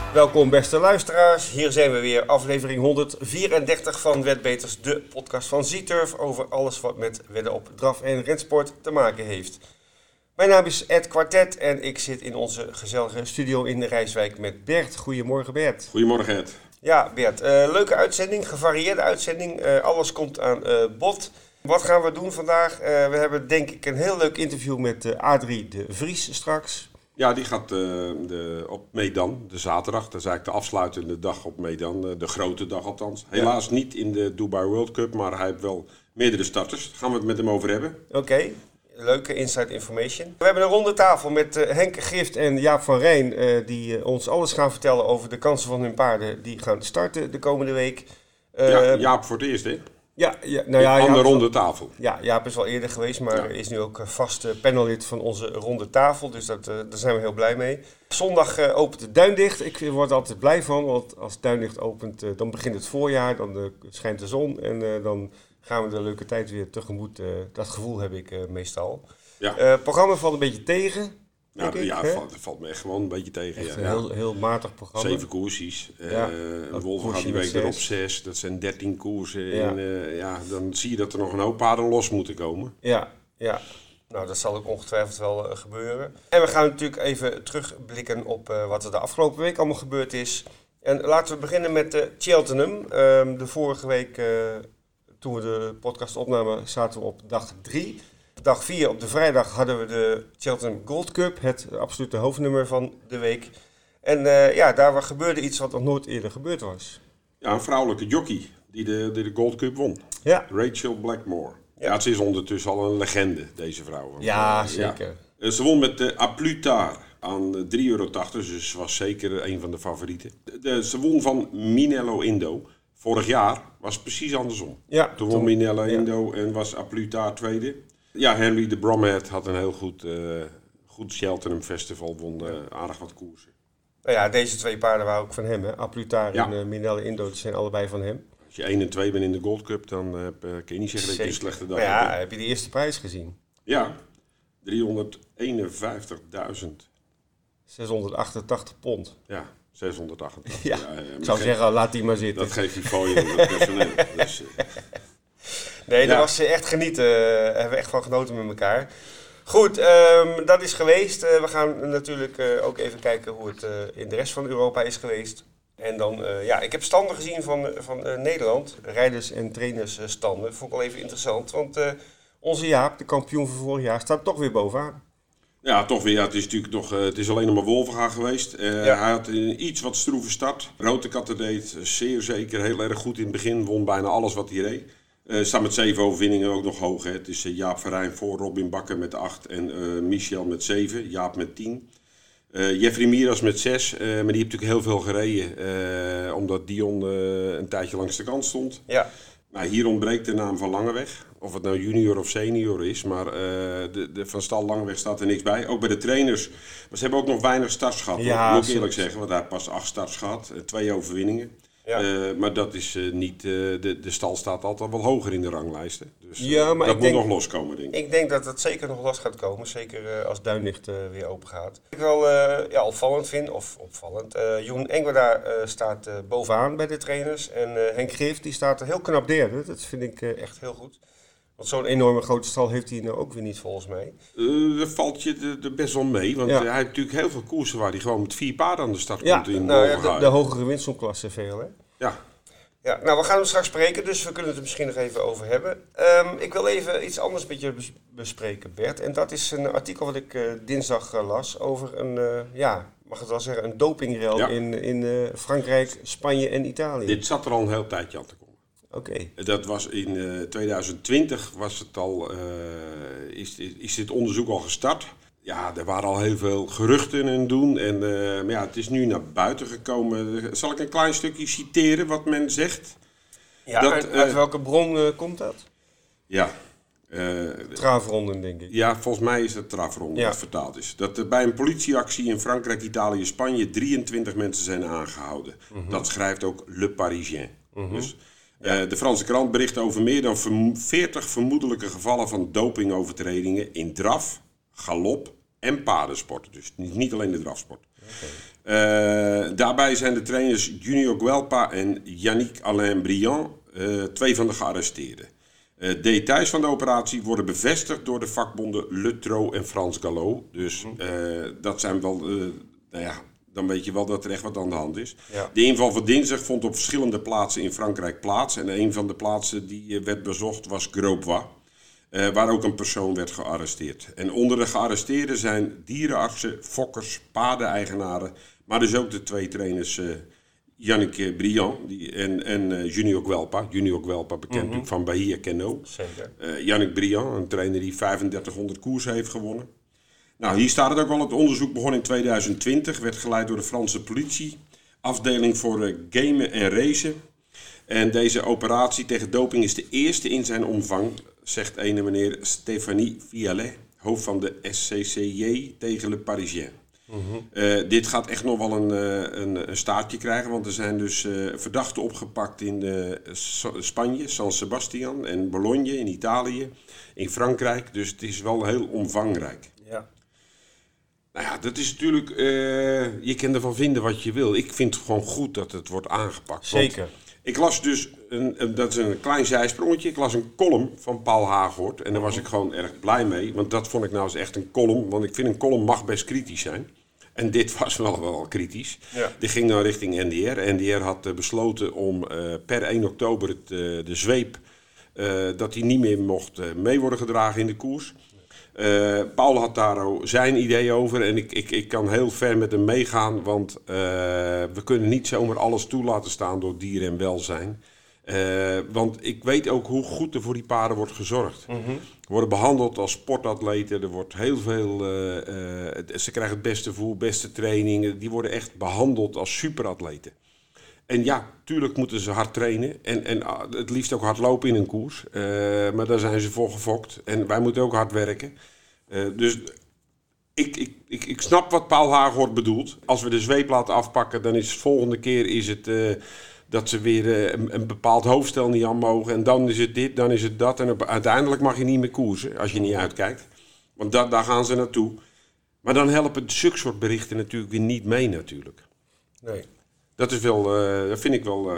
Welkom beste luisteraars, hier zijn we weer, aflevering 134 van Wedbeters, de podcast van Z-Turf over alles wat met wedden op draf- en rensport te maken heeft. Mijn naam is Ed Quartet en ik zit in onze gezellige studio in de Rijswijk met Bert. Goedemorgen Bert. Goedemorgen Ed. Ja Bert, leuke uitzending, gevarieerde uitzending, alles komt aan bod. Wat gaan we doen vandaag? We hebben denk ik een heel leuk interview met Adrie de Vries straks. Ja, die gaat op Medan, de zaterdag. Dat is eigenlijk de afsluitende dag op Medan, de grote dag althans. Helaas niet in de Dubai World Cup, maar hij heeft wel meerdere starters. Daar gaan we het met hem over hebben. Oké, leuke inside information. We hebben een ronde tafel met Henk Gift en Jaap van Rijn, die ons alles gaan vertellen over de kansen van hun paarden die gaan starten de komende week. Jaap voor het eerst, hè? Aan de ronde tafel. Ja, Jaap is al eerder geweest, maar is nu ook vast panellid van onze ronde tafel. Dus daar zijn we heel blij mee. Zondag opent het Duindicht. Ik word er altijd blij van, want als Duindicht opent, dan begint het voorjaar. Dan schijnt de zon en dan gaan we de leuke tijd weer tegemoet. Dat gevoel heb ik meestal. Ja. Het programma valt een beetje tegen. Het valt me echt gewoon een beetje tegen. Echt een heel matig programma. 7 koersies. Wolven gaat die week erop 6. Dat zijn 13 koersen. Ja. En dan zie je dat er nog een hoop paarden los moeten komen. Ja. Nou, dat zal ook ongetwijfeld wel gebeuren. En we gaan natuurlijk even terugblikken op wat er de afgelopen week allemaal gebeurd is. En laten we beginnen met Cheltenham. De vorige week, toen we de podcast opnamen, zaten we op dag 3. Dag 4 op de vrijdag hadden we de Cheltenham Gold Cup, het absolute hoofdnummer van de week. En daar gebeurde iets wat nog nooit eerder gebeurd was. Ja, een vrouwelijke jockey die de Gold Cup won. Ja. Rachel Blackmore. Ja, ze is ondertussen al een legende, deze vrouw. Ja, zeker. Ja. Ze won met A Plus Tard aan €3,80, dus ze was zeker een van de favorieten. Ze won van Minello Indo. Vorig jaar was het precies andersom. Ja, toen won Minello Indo en was A Plus Tard tweede. Ja, Henry de Bromhead had een heel goed Cheltenham Festival, won aardig wat koersen. Nou ja, deze twee paarden waren ook van hem, hè? A Plus Tard en Minello Indo, die zijn allebei van hem. Als je 1 en 2 bent in de Gold Cup, dan kun je niet zeggen dat je een slechte dag hebt. Ja, heb je de eerste prijs gezien? Ja, 351.000. 688 pond. Ja, 688. Ja, ik zou zeggen, laat die maar zitten. Dat geeft die fooie aan het personeel. Dus, nee, dat was echt genieten. Hebben we echt van genoten met elkaar. Goed, dat is geweest. We gaan natuurlijk ook even kijken hoe het in de rest van Europa is geweest. En dan, ik heb standen gezien van Nederland. Rijders- en trainersstanden. Dat vond ik wel even interessant. Want onze Jaap, de kampioen van vorig jaar, staat toch weer bovenaan. Ja, toch weer. Ja, het is natuurlijk nog, het is alleen nog maar Wolvenga geweest. Hij had een iets wat stroeve start. Rote Katten deed zeer zeker heel erg goed in het begin. Won bijna alles wat hij reed. Staat met 7 overwinningen ook nog hoog. Hè. Het is Jaap van Rijn voor, Robin Bakker met 8 en Michel met 7. Jaap met 10. Jeffrey Miras met 6. Maar die heeft natuurlijk heel veel gereden. Omdat Dion een tijdje langs de kant stond. Ja. Nou, hier ontbreekt de naam van Langeweg. Of het nou junior of senior is. Maar van stal Langeweg staat er niks bij. Ook bij de trainers. Maar ze hebben ook nog weinig starts gehad. Ja, moet ik eerlijk zeggen. Want hij heeft pas 8 starts gehad. 2 overwinningen. Ja. Maar dat is niet... de stal staat altijd wel hoger in de ranglijsten. Dus maar dat moet nog loskomen, denk ik. Ik denk dat het zeker nog los gaat komen. Zeker als Duinlicht weer open gaat. Wat ik wel opvallend vind, Jeroen Engwerda staat bovenaan bij de trainers. En Henk Gift die staat heel knap derde. Dat vind ik echt heel goed. Want zo'n enorme grote stal heeft hij nou ook weer niet, volgens mij. Dat valt je er best wel mee. Want hij heeft natuurlijk heel veel koersen waar hij gewoon met 4 paarden aan de start komt. De hogere winstklasse veel, hè? Ja. Ja, nou, we gaan hem straks spreken, dus we kunnen het er misschien nog even over hebben. Ik wil even iets anders met je bespreken, Bert. En dat is een artikel wat ik dinsdag las over mag het wel zeggen, een dopingrel in Frankrijk, Spanje en Italië. Dit zat er al een heel tijdje aan te komen. Oké. Dat was in 2020 was het al, is dit onderzoek al gestart. Ja, er waren al heel veel geruchten en doen. Maar het is nu naar buiten gekomen. Zal ik een klein stukje citeren wat men zegt? Ja, uit welke bron komt dat? Ja. Traafronden, denk ik. Ja, volgens mij is het traafronden wat vertaald is. Dat er bij een politieactie in Frankrijk, Italië, Spanje 23 mensen zijn aangehouden. Mm-hmm. Dat schrijft ook Le Parisien. Mm-hmm. Dus, de Franse krant bericht over meer dan 40 vermoedelijke gevallen van dopingovertredingen in draf, galop en paardensport. Dus niet alleen de drafsport. Daarbij zijn de trainers Junior Guelpa en Yannick Alain Briand 2 van de gearresteerden. Details van de operatie worden bevestigd door de vakbonden Le Trot en Frans Gallo. Dus dat zijn wel... dan weet je wel dat er echt wat aan de hand is. Ja. De inval van dinsdag vond op verschillende plaatsen in Frankrijk plaats. En een van de plaatsen die werd bezocht was Grosbois. Waar ook een persoon werd gearresteerd. En onder de gearresteerden zijn dierenartsen, fokkers, paardeneigenaren. Maar dus ook de 2 trainers Yannick Briand en Junior Guelpa. Junior Guelpa bekend natuurlijk van Bahia Keno. Zeker. Yannick Briand, een trainer die 3500 koersen heeft gewonnen. Nou, hier staat het ook al. Het onderzoek begon in 2020. Werd geleid door de Franse politie. Afdeling voor gamen en racen. En deze operatie tegen doping is de eerste in zijn omvang, zegt ene meneer Stéphanie Vialet, hoofd van de SCCJ tegen Le Parisien. Dit gaat echt nog wel een staartje krijgen, want er zijn dus verdachten opgepakt in Spanje, San Sebastian en Bologna in Italië, in Frankrijk. Dus het is wel heel omvangrijk. Ja. Nou ja, dat is natuurlijk, je kan ervan vinden wat je wil. Ik vind het gewoon goed dat het wordt aangepakt. Zeker. Ik las dus, dat is een klein zijsprongetje, ik las een column van Paul Haaghoort. En daar was ik gewoon erg blij mee, want dat vond ik nou eens echt een column. Want ik vind een column mag best kritisch zijn. En dit was wel kritisch. Ja. Dit ging dan richting NDR. NDR had besloten om per 1 oktober de zweep, dat die niet meer mocht mee worden gedragen in de koers. Paul had daar zijn idee over en ik kan heel ver met hem meegaan, want we kunnen niet zomaar alles toe laten staan door dier en welzijn. Want ik weet ook hoe goed er voor die paarden wordt gezorgd. Ze worden behandeld als sportatleten, er wordt heel veel, ze krijgen het beste voer, beste trainingen, die worden echt behandeld als superatleten. En ja, tuurlijk moeten ze hard trainen en het liefst ook hard lopen in een koers. Maar daar zijn ze voor gefokt. En wij moeten ook hard werken. Dus ik snap wat Paul Haaghoort bedoelt. Als we de zweep laten afpakken, dan is het volgende keer dat ze weer een bepaald hoofdstel niet aan mogen. En dan is het dit, dan is het dat. En uiteindelijk mag je niet meer koersen als je niet uitkijkt. Want daar gaan ze naartoe. Maar dan helpen zulke soort berichten natuurlijk weer niet mee natuurlijk. Nee. Dat is wel, dat vind ik wel,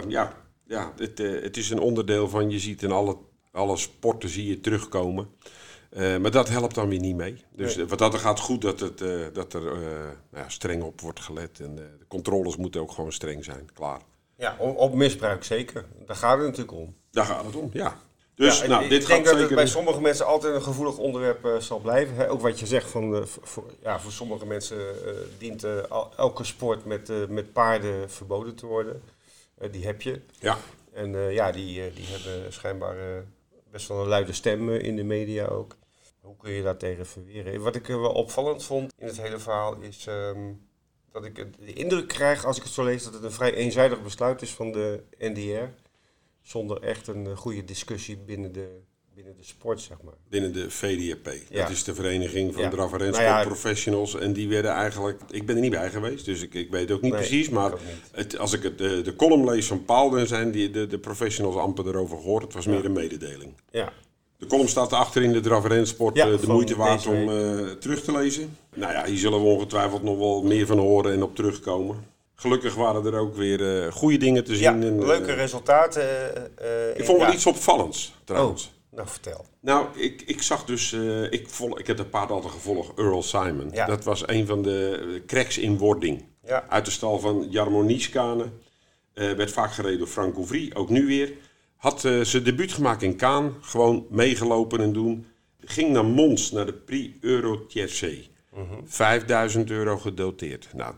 het is een onderdeel van, je ziet in alle sporten zie je terugkomen. Maar dat helpt dan weer niet mee. Dus wat dat er gaat goed dat er streng op wordt gelet. En de controles moeten ook gewoon streng zijn, klaar. Ja, op misbruik zeker. Daar gaat het natuurlijk om. Daar gaat het om, ja. Dus dit gaat ik denk dat het bij sommige mensen altijd een gevoelig onderwerp zal blijven. Hè? Ook wat je zegt, voor sommige mensen dient elke sport met paarden verboden te worden. Die heb je. Ja. En die hebben schijnbaar best wel een luide stem in de media ook. Hoe kun je daar tegen verweren? Wat ik wel opvallend vond in het hele verhaal is dat ik de indruk krijg, als ik het zo lees, dat het een vrij eenzijdig besluit is van de NDR. Zonder echt een goede discussie binnen de sport, zeg maar. Binnen de VDRP. Ja. Dat is de Vereniging van Draf- en Rensport Professionals. En die werden eigenlijk... Ik ben er niet bij geweest, dus ik weet ook niet precies. Maar als ik de column lees van Paul, dan zijn de professionals amper erover gehoord. Het was meer een mededeling. Ja. De column staat achter in de Draf- en Rensport. De moeite waard om terug te lezen. Nou ja, hier zullen we ongetwijfeld nog wel meer van horen en op terugkomen. Gelukkig waren er ook weer goede dingen te zien. Ja, leuke resultaten. Ik vond wel iets opvallends, trouwens. Oh, nou, vertel. Nou, ik zag dus... ik heb dat paard altijd gevolgd, Earl Simon. Ja. Dat was een van de cracks in wording. Ja. Uit de stal van Jarmo Nieskane. Werd vaak gereden door Frank Ouvry, ook nu weer. Had zijn debuut gemaakt in Cannes. Gewoon meegelopen en doen. Ging naar Mons, naar de Prix Euro Tiercé. €5.000 gedoteerd. Nou,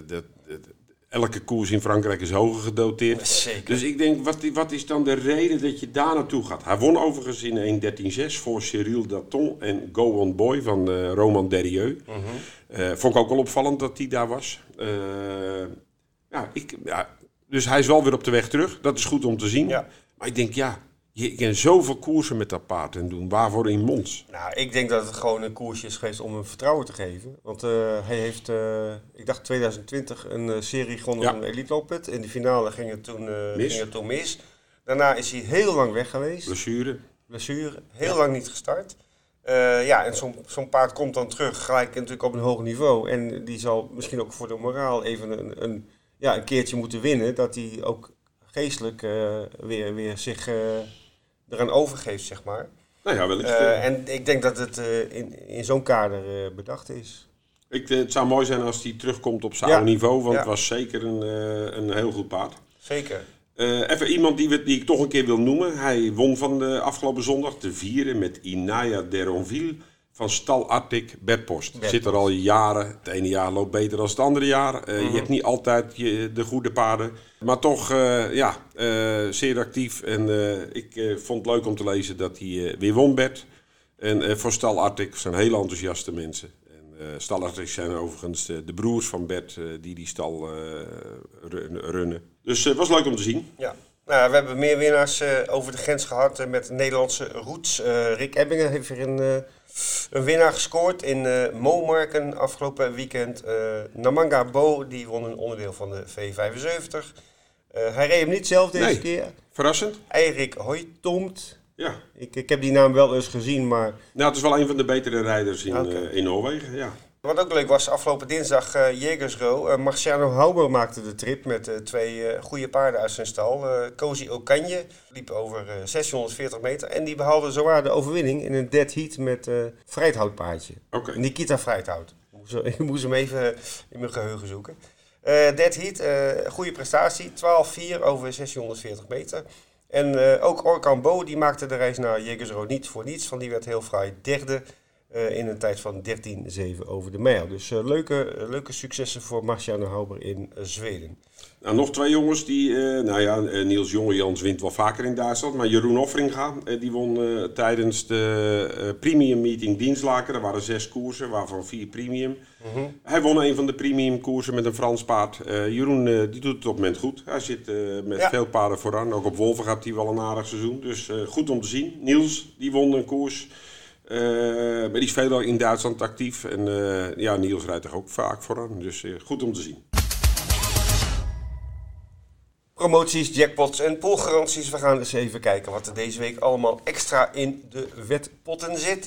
elke koers in Frankrijk is hoger gedoteerd. Zeker. Dus ik denk, wat is dan de reden dat je daar naartoe gaat? Hij won overigens in 1.13.6 voor Cyril Daton en Go On Boy van Roman Derieux. Vond ik ook wel opvallend dat hij daar was. Dus hij is wel weer op de weg terug. Dat is goed om te zien. Ja. Maar ik denk, je kan zoveel koersen met dat paard en doen. Waarvoor in Mons? Nou, ik denk dat het gewoon een koersje is geweest om hem vertrouwen te geven. Want hij heeft, ik dacht 2020, een serie gewonnen van Elite Loppet. In de finale ging het toen mis. Daarna is hij heel lang weg geweest. Blessure. Heel lang niet gestart. En zo'n paard komt dan terug gelijk natuurlijk op een hoog niveau. En die zal misschien ook voor de moraal even een keertje moeten winnen. Dat hij ook geestelijk weer zich eraan overgeeft, zeg maar. Nou ja, wellicht. En ik denk dat het in zo'n kader bedacht is. Het zou mooi zijn als hij terugkomt op zijn oude niveau. Want het was zeker een heel goed paard. Zeker. Even iemand die ik toch een keer wil noemen. Hij won van de afgelopen zondag de 4e met Inaya d'Eronville van stal Arctic Bert Post. Zit er al jaren. Het ene jaar loopt beter dan het andere jaar. Je hebt niet altijd de goede paarden. Maar toch zeer actief. En ik vond het leuk om te lezen dat hij weer won, Bert. En voor stal Arctic zijn hele enthousiaste mensen. Stal Arctic zijn overigens de broers van Bert die stal runnen. Dus het was leuk om te zien. Ja. Nou, we hebben meer winnaars over de grens gehad met de Nederlandse roots. Rick Ebbingen heeft weer een winnaar gescoord in Momarken afgelopen weekend. Namanga Bo, die won een onderdeel van de V75. Hij reed hem niet zelf deze keer. Verrassend. Eirik Hoijtomt. Ja. Ik heb die naam wel eens gezien, maar... Nou, het is wel een van de betere rijders in Noorwegen, ja. Wat ook leuk was, afgelopen dinsdag Jägersro. Marciano Hauber maakte de trip met 2 goede paarden uit zijn stal. Cozy Okanje liep over 640 meter en die behaalde zowaar de overwinning in een dead heat met Vrijthoutpaardje. Okay. Nikita Vrijthout. Ik moest hem even in mijn geheugen zoeken. Dead heat, goede prestatie, 12-4 over 640 meter. En ook Orkan Bo, die maakte de reis naar Jägersro niet voor niets, want die werd heel fraai derde. In een tijd van 13-7 over de mijl. Dus leuke successen voor Marciano Hauber in Zweden. Nou, nog 2 jongens die... Niels Jongejans wint wel vaker in Duitsland. Maar Jeroen Offringa, die won tijdens de premium meeting Dienstlaken. Er waren 6 koersen, waarvan 4 premium. Mm-hmm. Hij won een van de premium koersen met een Frans paard. Jeroen die doet het op het moment goed. Hij zit met veel paarden vooraan. Ook op Wolven gaat hij wel een aardig seizoen. Dus goed om te zien. Niels, die won een koers... maar die is veel in Duitsland actief. En Niels rijdt er ook vaak vooraan. Dus goed om te zien. Promoties, jackpots en poolgaranties. We gaan eens even kijken wat er deze week allemaal extra in de wetpotten zit.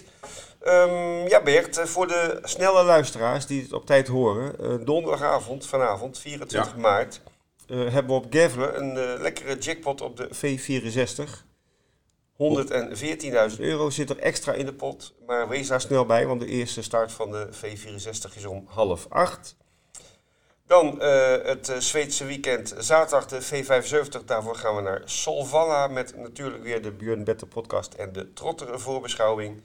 Bert, voor de snelle luisteraars die het op tijd horen. Donderdagavond, vanavond, 24 maart, hebben we op Gavelen een lekkere jackpot op de V64. 114.000 euro zit er extra in de pot, maar wees daar snel bij, want de eerste start van de V64 is om 7:30. Dan het Zweedse weekend, zaterdag de V75, daarvoor gaan we naar Solvalla met natuurlijk weer de Björn Better podcast en de Trotter voorbeschouwing.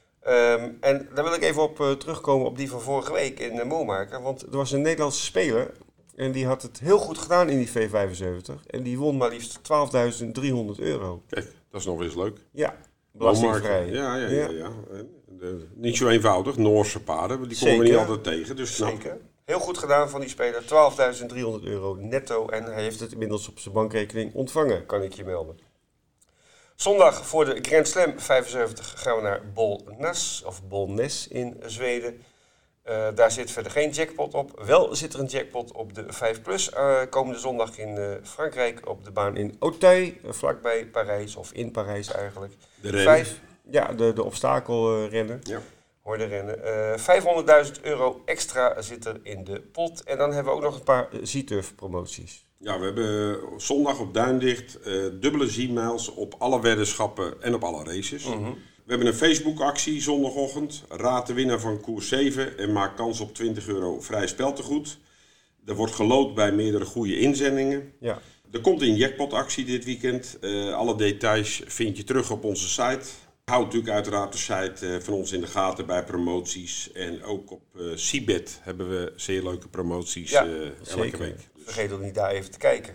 En daar wil ik even op terugkomen op die van vorige week in Momarken, want er was een Nederlandse speler en die had het heel goed gedaan in die V75 en die won maar liefst 12.300 euro. Kijk. Dat is nog eens leuk. Ja, belastingvrij. Ja. Niet zo eenvoudig, Noorse paarden, die komen we niet altijd tegen. Dus Zeker. Heel goed gedaan van die speler, 12.300 euro netto. En hij heeft het inmiddels op zijn bankrekening ontvangen, kan ik je melden. Zondag voor de Grand Slam 75 gaan we naar Bollnäs in Zweden. Daar zit verder geen jackpot op. Wel zit er een jackpot op de 5+ komende zondag in Frankrijk op de baan in Auteuil, vlakbij Parijs, of in Parijs eigenlijk. De rennen? De obstakelrennen. Ja. Hordenrennen. 500.000 euro extra zit er in de pot. En dan hebben we ook nog een paar Z-Turf promoties. Ja, we hebben zondag op Duindicht dubbele Z-miles op alle weddenschappen en op alle races. Mm-hmm. We hebben een Facebook-actie zondagochtend. Raad de winnaar van koers 7 en maak kans op 20 euro vrij speltegoed. Er wordt geloot bij meerdere goede inzendingen. Ja. Er komt een jackpot-actie dit weekend. Alle details vind je terug op onze site. Houd natuurlijk uiteraard de site van ons in de gaten bij promoties. En ook op Seabed hebben we zeer leuke promoties elke week. Dus. Vergeet ook niet daar even te kijken.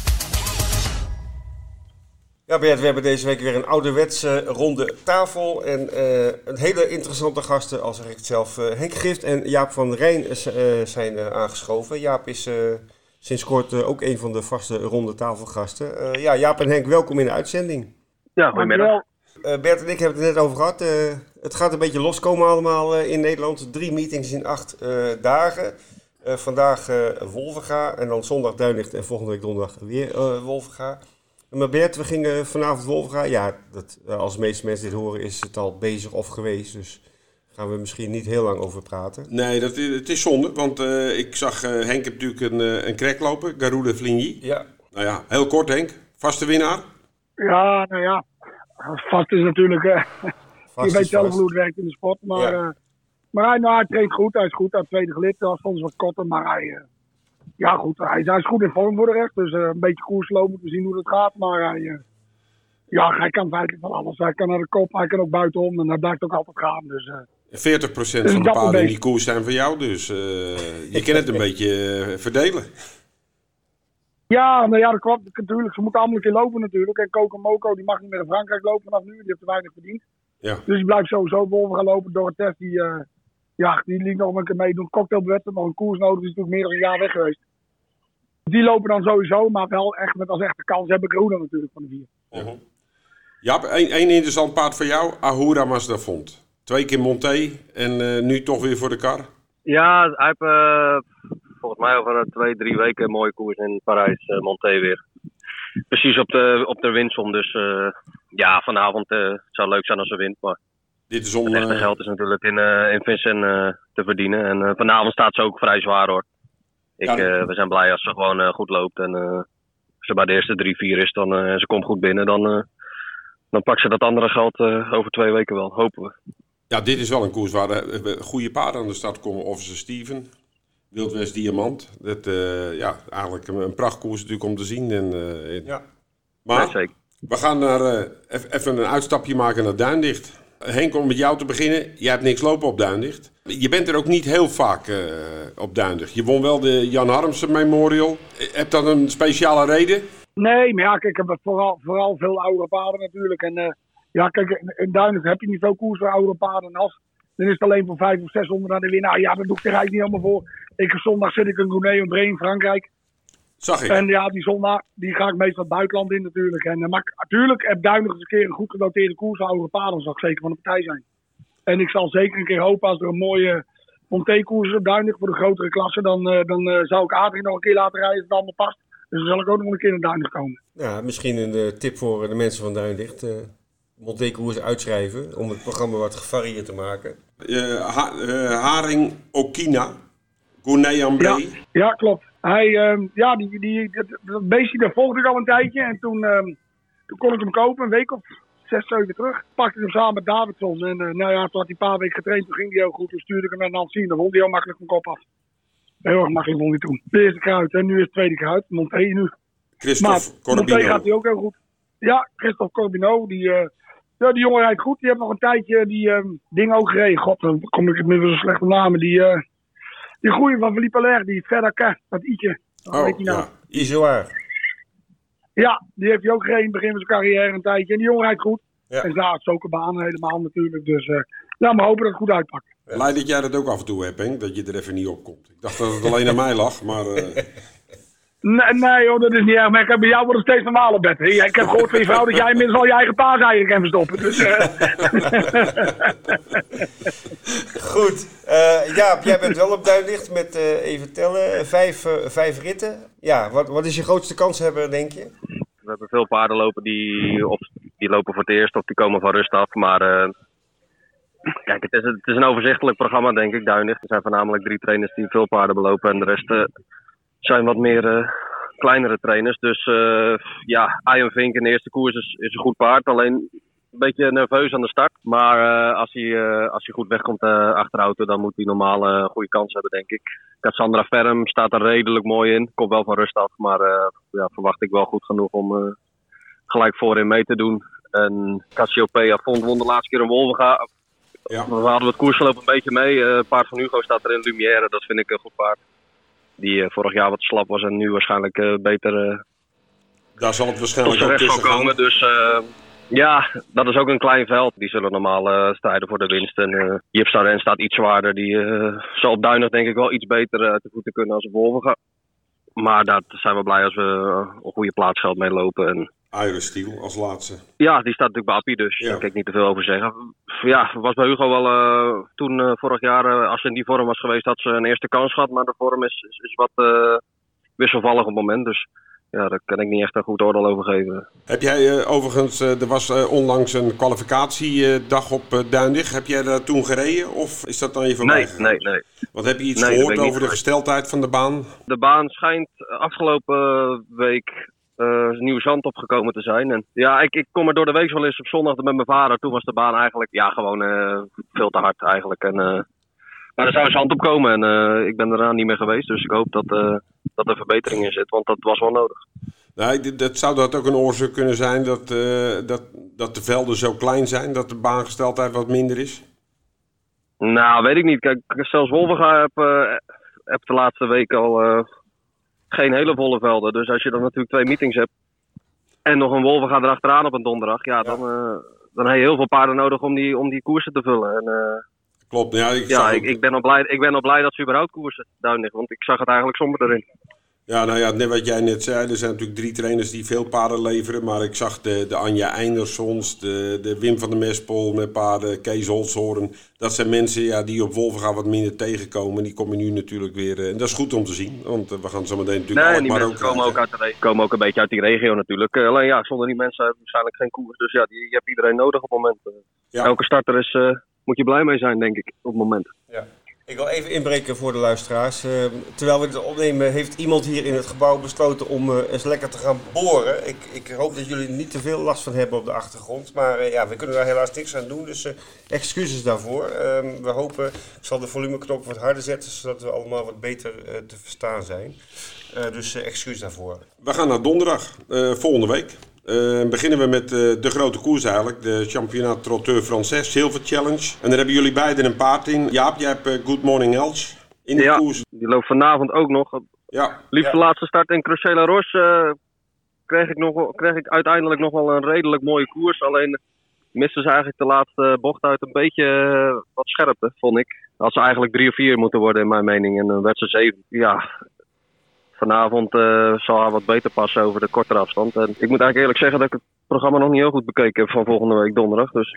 Ja, Bert, we hebben deze week weer een ouderwetse ronde tafel. En een hele interessante gasten, als zeg ik het zelf, Henk Gift en Jaap van Rijn zijn aangeschoven. Jaap is sinds kort ook een van de vaste ronde tafelgasten. Jaap en Henk, welkom in de uitzending. Ja, goedemiddag. Bert en ik hebben het net over gehad. Het gaat een beetje loskomen allemaal in Nederland. 3 meetings in 8 dagen. Vandaag Wolvenga en dan zondag Duinlicht en volgende week donderdag weer Wolvenga. Maar Bert, we gingen vanavond Wolvenga. Ja, als de meeste mensen dit horen is het al bezig of geweest. Dus gaan we misschien niet heel lang over praten. Nee, het is zonde. Want ik zag Henk heeft natuurlijk een crack lopen. Garuda Vligny. Ja. Nou ja, heel kort Henk. Vaste winnaar? Ja, nou ja. Vast is natuurlijk... je weet zelf hoe het werkt in de sport. Maar, ja. Maar hij traint goed. Hij is goed. Hij heeft tweede gelid. Hij was soms wat korter. Maar hij... ja goed, hij is goed in vorm voor de rest. Dus een beetje koersloop moeten we zien hoe dat gaat. Maar hij kan feitelijk van alles. Hij kan naar de kop, hij kan ook buitenom. En hij blijft ook altijd gaan. Dus, 40% van de paarden in die koers zijn van jou. Dus je kan het een beetje verdelen. Ja, nou ja, dat klopt natuurlijk. Ze moeten allemaal een keer lopen natuurlijk. En Coco Moco, die mag niet meer in Frankrijk lopen vanaf nu. Die heeft te weinig verdiend. Ja. Dus die blijft sowieso boven gaan lopen. Dorothée, die liet nog een keer meedoen. Cocktailbedwetten, nog een koers nodig. Die is natuurlijk meer dan een jaar weg geweest. Die lopen dan sowieso, maar wel echt met als echte kans hebben Garuda natuurlijk van de 4. Uh-huh. Ja, één interessant paard voor jou. Ahura Mazda Font. 2 keer Monté en nu toch weer voor de kar. Ja, hij heeft volgens mij over 2-3 weken een mooie koers in Parijs, Monté weer. Precies op de winsom, dus vanavond het zou leuk zijn als ze wint. Maar dit is het echte geld is natuurlijk in Vincent te verdienen. En vanavond staat ze ook vrij zwaar hoor. We zijn blij als ze gewoon goed loopt. En als ze bij de eerste 3-4 is en ze komt goed binnen, dan pakt ze dat andere geld over 2 weken wel, hopen we. Ja, dit is wel een koers waar goede paarden aan de start komen. Officer Steven, Wild West Diamant. Dat eigenlijk een prachtkoers natuurlijk om te zien. Maar zeker. We gaan even een uitstapje maken naar Duindicht. Henk, om met jou te beginnen. Jij hebt niks lopen op Duindicht. Je bent er ook niet heel vaak op Duindicht. Je won wel de Jan Harmsen Memorial. Heb dat een speciale reden? Nee, maar ja, kijk, ik heb vooral veel oude paarden natuurlijk. En kijk, in Duindicht heb je niet veel koers voor oude paarden. Dan is het alleen voor 500 of 600 aan de winnaar. Ja, dat doe ik er eigenlijk niet allemaal voor. Zondag zit ik in Gournay-en-Bray in Frankrijk. Zag ik. En ja, die zondag die ga ik meestal het buitenland in natuurlijk. Maar natuurlijk heb Duindicht eens een keer een goed genoteerde koers voor oude paarden. Dan zal ik zeker van de partij zijn. En ik zal zeker een keer hopen als er een mooie Monté-koers is op Duindicht voor de grotere klasse. Dan zou ik Adrie nog een keer laten rijden als het allemaal past. Dus dan zal ik ook nog een keer naar Duindicht komen. Ja, misschien een tip voor de mensen van Duindicht. Monté-koers uitschrijven om het programma wat gevarieerd te maken. Haring Okina, Gournay-en-Bray. Ja, klopt. Hij, dat beestje dat volgde ik al een tijdje. En toen kon ik hem kopen, een week of 6, 7 terug. Pakte ik hem samen met Davidson. En toen had hij een paar weken getraind. Toen ging hij heel goed. Toen stuurde ik hem naar Nancy. En dan won hij heel makkelijk van kop af. Heel erg makkelijk won hij toen. De eerste kruid en nu is het tweede kruid. Monté nu. Christophe Corbino. Monté gaat hij ook heel goed. Ja, Christophe Corbino. Die jongen rijdt goed. Die heeft nog een tijdje die ding ook gereden. God, dan kom ik het met zo'n slechte namen. Die goeie van Philippe Allaire, die Verdaca, dat i'tje. Weet je nou? Ja. Izoar. Ja, die heeft hij ook gereden in het begin van zijn carrière een tijdje. En die jongen rijdt goed. Ja. En daar zulke banen helemaal natuurlijk. Dus maar hopen dat het goed uitpakt. Blij dat jij dat ook af en toe hebt, Henk, dat je er even niet op komt. Ik dacht dat het alleen aan mij lag, maar... Nee hoor, dat is niet erg. Maar ik heb bij jou wordt het steeds normaal op bed. Ik heb gehoord van je vrouw dat jij inmiddels al je eigen paas eigenlijk kan verstoppen. Dus, Goed. Jaap, jij bent wel op Duindicht met, even tellen, 5 ritten. Ja, wat is je grootste kans hebben, denk je? We hebben veel paarden lopen die lopen voor het eerst of die komen van rust af. Maar kijk, het is een overzichtelijk programma, denk ik, Duindicht. Er zijn voornamelijk 3 trainers die veel paarden belopen en de rest... zijn wat meer kleinere trainers. Dus Ian Vink in de eerste koers is een goed paard. Alleen een beetje nerveus aan de start. Maar als hij goed wegkomt achter de auto, dan moet hij normaal een goede kans hebben, denk ik. Cassandra Ferm staat er redelijk mooi in. Komt wel van rust af, maar verwacht ik wel goed genoeg om gelijk voorin mee te doen. En Cassiopeia won de laatste keer een Wolvenga. Ja. We hadden het koersloop een beetje mee. Paard van Hugo staat er in Lumière. Dat vind ik een goed paard. Die vorig jaar wat slap was en nu waarschijnlijk beter... Daar zal het waarschijnlijk ook tussen komen. Dus dat is ook een klein veld. Die zullen normaal strijden voor de winst. En Jip Staren staat iets zwaarder. Die zal op Duindicht denk ik wel iets beter te voeten kunnen als op Wolvenga. Maar daar zijn we blij als we een goede plaatsgeld mee lopen. En Iron Steel als laatste. Ja, die staat natuurlijk bij Appie, dus daar kan ik niet te veel over zeggen. Ja, was bij Hugo wel toen vorig jaar, als ze in die vorm was geweest, had ze een eerste kans gehad. Maar de vorm is wat wisselvallig op het moment. Dus ja, daar kan ik niet echt een goed oordeel over geven. Heb jij overigens, er was onlangs een kwalificatiedag op Duindig. Heb jij daar toen gereden of is dat dan je voorbij gegaan? Nee. Wat heb je iets gehoord over de gesteldheid van de baan? De baan schijnt afgelopen week nieuw zand opgekomen te zijn. En ja, ik kom er door de week wel eens op zondag met mijn vader. Toen was de baan eigenlijk gewoon veel te hard eigenlijk. Maar er zou zand op komen en ik ben eraan niet meer geweest. Dus ik hoop dat er verbetering in zit, want dat was wel nodig. Nou, zou dat ook een oorzaak kunnen zijn dat de velden zo klein zijn, dat de baangesteldheid wat minder is? Nou, weet ik niet. Kijk, zelfs Wolvenga heb de laatste week al geen hele volle velden. Dus als je dan natuurlijk 2 meetings hebt en nog een Wolvenga erachteraan op een donderdag, dan heb je heel veel paarden nodig om die koersen te vullen. En, klopt. Ik ben al blij dat ze überhaupt koersen, Duindig, want ik zag het eigenlijk somber erin. Ja, nou ja, net wat jij net zei, er zijn natuurlijk 3 trainers die veel paarden leveren. Maar ik zag de Anja Eindersons, de Wim van der Mespel met paarden, Kees Holzhoorn. Dat zijn mensen die op Wolvenga wat minder tegenkomen. Die komen nu natuurlijk weer, en dat is goed om te zien. Want we gaan zo meteen natuurlijk Alkmaar ook komen ook een beetje uit die regio natuurlijk. Alleen zonder die mensen heb je waarschijnlijk geen koers. Dus ja, je hebt iedereen nodig op het moment. Elke starter moet je blij mee zijn, denk ik, op het moment. Ja. Ik wil even inbreken voor de luisteraars. Terwijl we dit opnemen, heeft iemand hier in het gebouw besloten om eens lekker te gaan boren. Ik hoop dat jullie er niet te veel last van hebben op de achtergrond. Maar we kunnen daar helaas niks aan doen, dus excuses daarvoor. We hopen, ik zal de volumeknop wat harder zetten, zodat we allemaal wat beter te verstaan zijn. Dus excuus daarvoor. We gaan naar donderdag, volgende week. Beginnen we met de grote koers eigenlijk, de Championnat Trotteur Français Silver Challenge. En daar hebben jullie beiden een paard in. Jaap, jij hebt Good Morning Elch in de koers. Die loopt vanavond ook nog. Ja. Liefst de laatste start in Crochet La Roche kreeg ik uiteindelijk nog wel een redelijk mooie koers. Alleen misten ze eigenlijk de laatste bocht uit een beetje wat scherpte, vond ik. Had ze eigenlijk 3 of 4 moeten worden in mijn mening en dan werd ze 7. Ja. Vanavond zal haar wat beter passen over de kortere afstand. En ik moet eigenlijk eerlijk zeggen dat ik het programma nog niet heel goed bekeken heb van volgende week donderdag. Dus...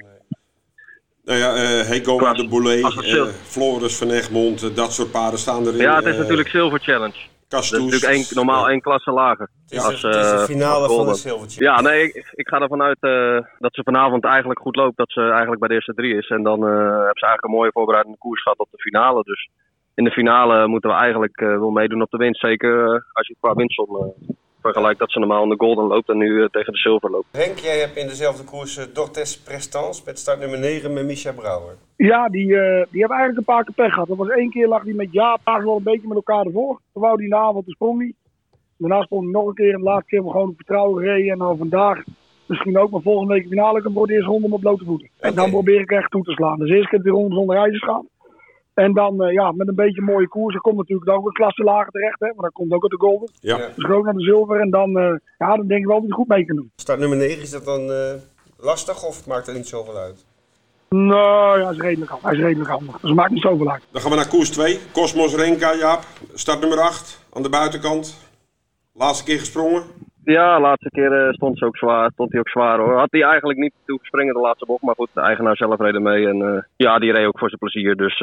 Nou ja, Hegoma de Boulet, Floris van Egmond, dat soort paarden staan erin. Ja, het is natuurlijk Silver Challenge. Castoes. Dat is natuurlijk normaal 1 klasse lager. Het is de finale van de Silver Challenge. Ja, nee, ik ga ervan uit dat ze vanavond eigenlijk goed loopt. Dat ze eigenlijk bij de eerste 3 is. En dan hebben ze eigenlijk een mooie voorbereidende koers gehad op de finale. Dus in de finale moeten we eigenlijk wel meedoen op de winst. Zeker als je qua winstsom vergelijkt dat ze normaal in de golden loopt en nu tegen de silver loopt. Henk, jij hebt in dezelfde koers Dortes Prestance met start nummer 9 met Misha Brouwer. Ja, die hebben eigenlijk een paar keer pech gehad. Er was 1 keer lag hij met Jaap wel een beetje met elkaar ervoor. Toen wou hij in de avond, toen sprong hij. Daarna sprong hij nog een keer en de laatste keer gewoon op vertrouwen gereden. En dan vandaag misschien ook, maar volgende week finale kan voor de eerste ronde op blote voeten. Okay. En dan probeer ik echt toe te slaan. Dus eerst keer de ronde zonder ijzers gaan. En dan met een beetje mooie koers. Er komt natuurlijk ook een klasse lager terecht. Hè, maar dan komt ook uit de golden. Ja. Dus gewoon naar de zilver. En dan denk ik wel dat hij goed mee kan doen. Start nummer 9, is dat dan lastig of maakt het niet zoveel uit? Nou ja, hij is redelijk handig. Dus het maakt niet zoveel uit. Dan gaan we naar koers 2. Cosmos Renka, Jaap. Start nummer 8 aan de buitenkant. Laatste keer gesprongen. Ja, de laatste keer stond hij ook zwaar hoor. Had hij eigenlijk niet toe springen de laatste bocht. Maar goed, de eigenaar zelf reed mee. En die reed ook voor zijn plezier. Dus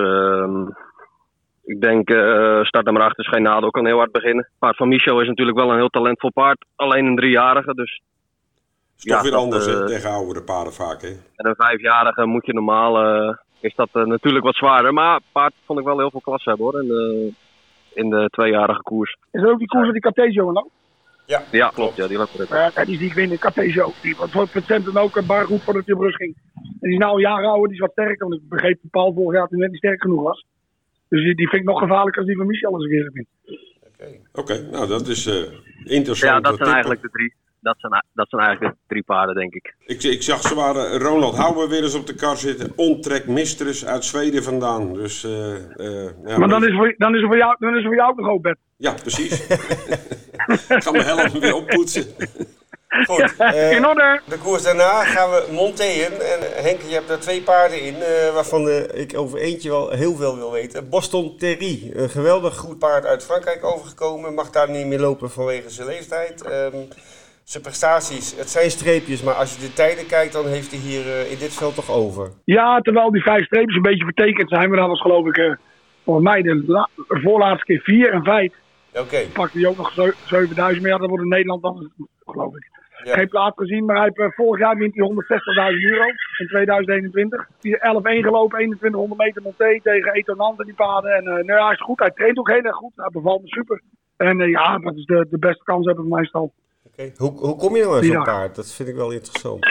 ik denk start nummer 8 is geen nadeel. Kan heel hard beginnen. Paard van Michel is natuurlijk wel een heel talentvol paard. Alleen een 3-jarige. Dus is toch weer anders tegen oudere paarden vaak, hè? En een 5-jarige moet je normaal... is dat natuurlijk wat zwaarder. Maar paard vond ik wel heel veel klasse hebben hoor. In de 2-jarige koers. Is er ook die koers met die Cartesio en ook? Ja, klopt. Ja, die loopt erin. Die zie ik winnen, Cartesio. Die was voor procenten ook een bar goed voordat hij op rust ging. En die is nou een jaar ouder, die is wat sterker. Want ik begreep dat Paul vorig jaar toen net niet sterk genoeg was. Dus die vind ik nog gevaarlijker als die van Michel als ik eerlijk ben. Oké, nou dat is interessant. Ja, dat zijn eigenlijk de 3. Dat zijn eigenlijk de 3 paarden, denk ik. Ik zag zwaar Ronald Houwer weer eens op de kar zitten. Ontrek Mistress uit Zweden vandaan. Dus, maar dan is er voor jou nog hoop, Bert. Ja, precies. Ik ga mijn helm weer oppoetsen. Goed, in orde. De koers daarna gaan we Monteën. En Henk, je hebt daar 2 paarden in, waarvan ik over eentje wel heel veel wil weten. Boston Terry, een geweldig goed paard uit Frankrijk overgekomen. Mag daar niet meer lopen vanwege zijn leeftijd. Zijn prestaties, het zijn streepjes, maar als je de tijden kijkt, dan heeft hij hier in dit veld toch over. Ja, terwijl die 5 streepjes een beetje vertekend zijn. Maar dat was geloof ik, volgens mij de voorlaatste keer 4 en 5. Oké. Pakte hij ook nog 7000 meer. Dat wordt in Nederland dan, geloof ik. Ja. Geen plaats gezien, maar hij heeft, vorig jaar wint hij €160.000 in 2021. Hij 11-1 gelopen, 2100 meter monté tegen Etonant en die paden. En hij is goed, hij traint ook heel erg goed. Hij bevalt me super. En dat is de beste kans hebben voor mijn stal. Okay. Hoe kom je nou aan zo'n paard? Dat vind ik wel interessant.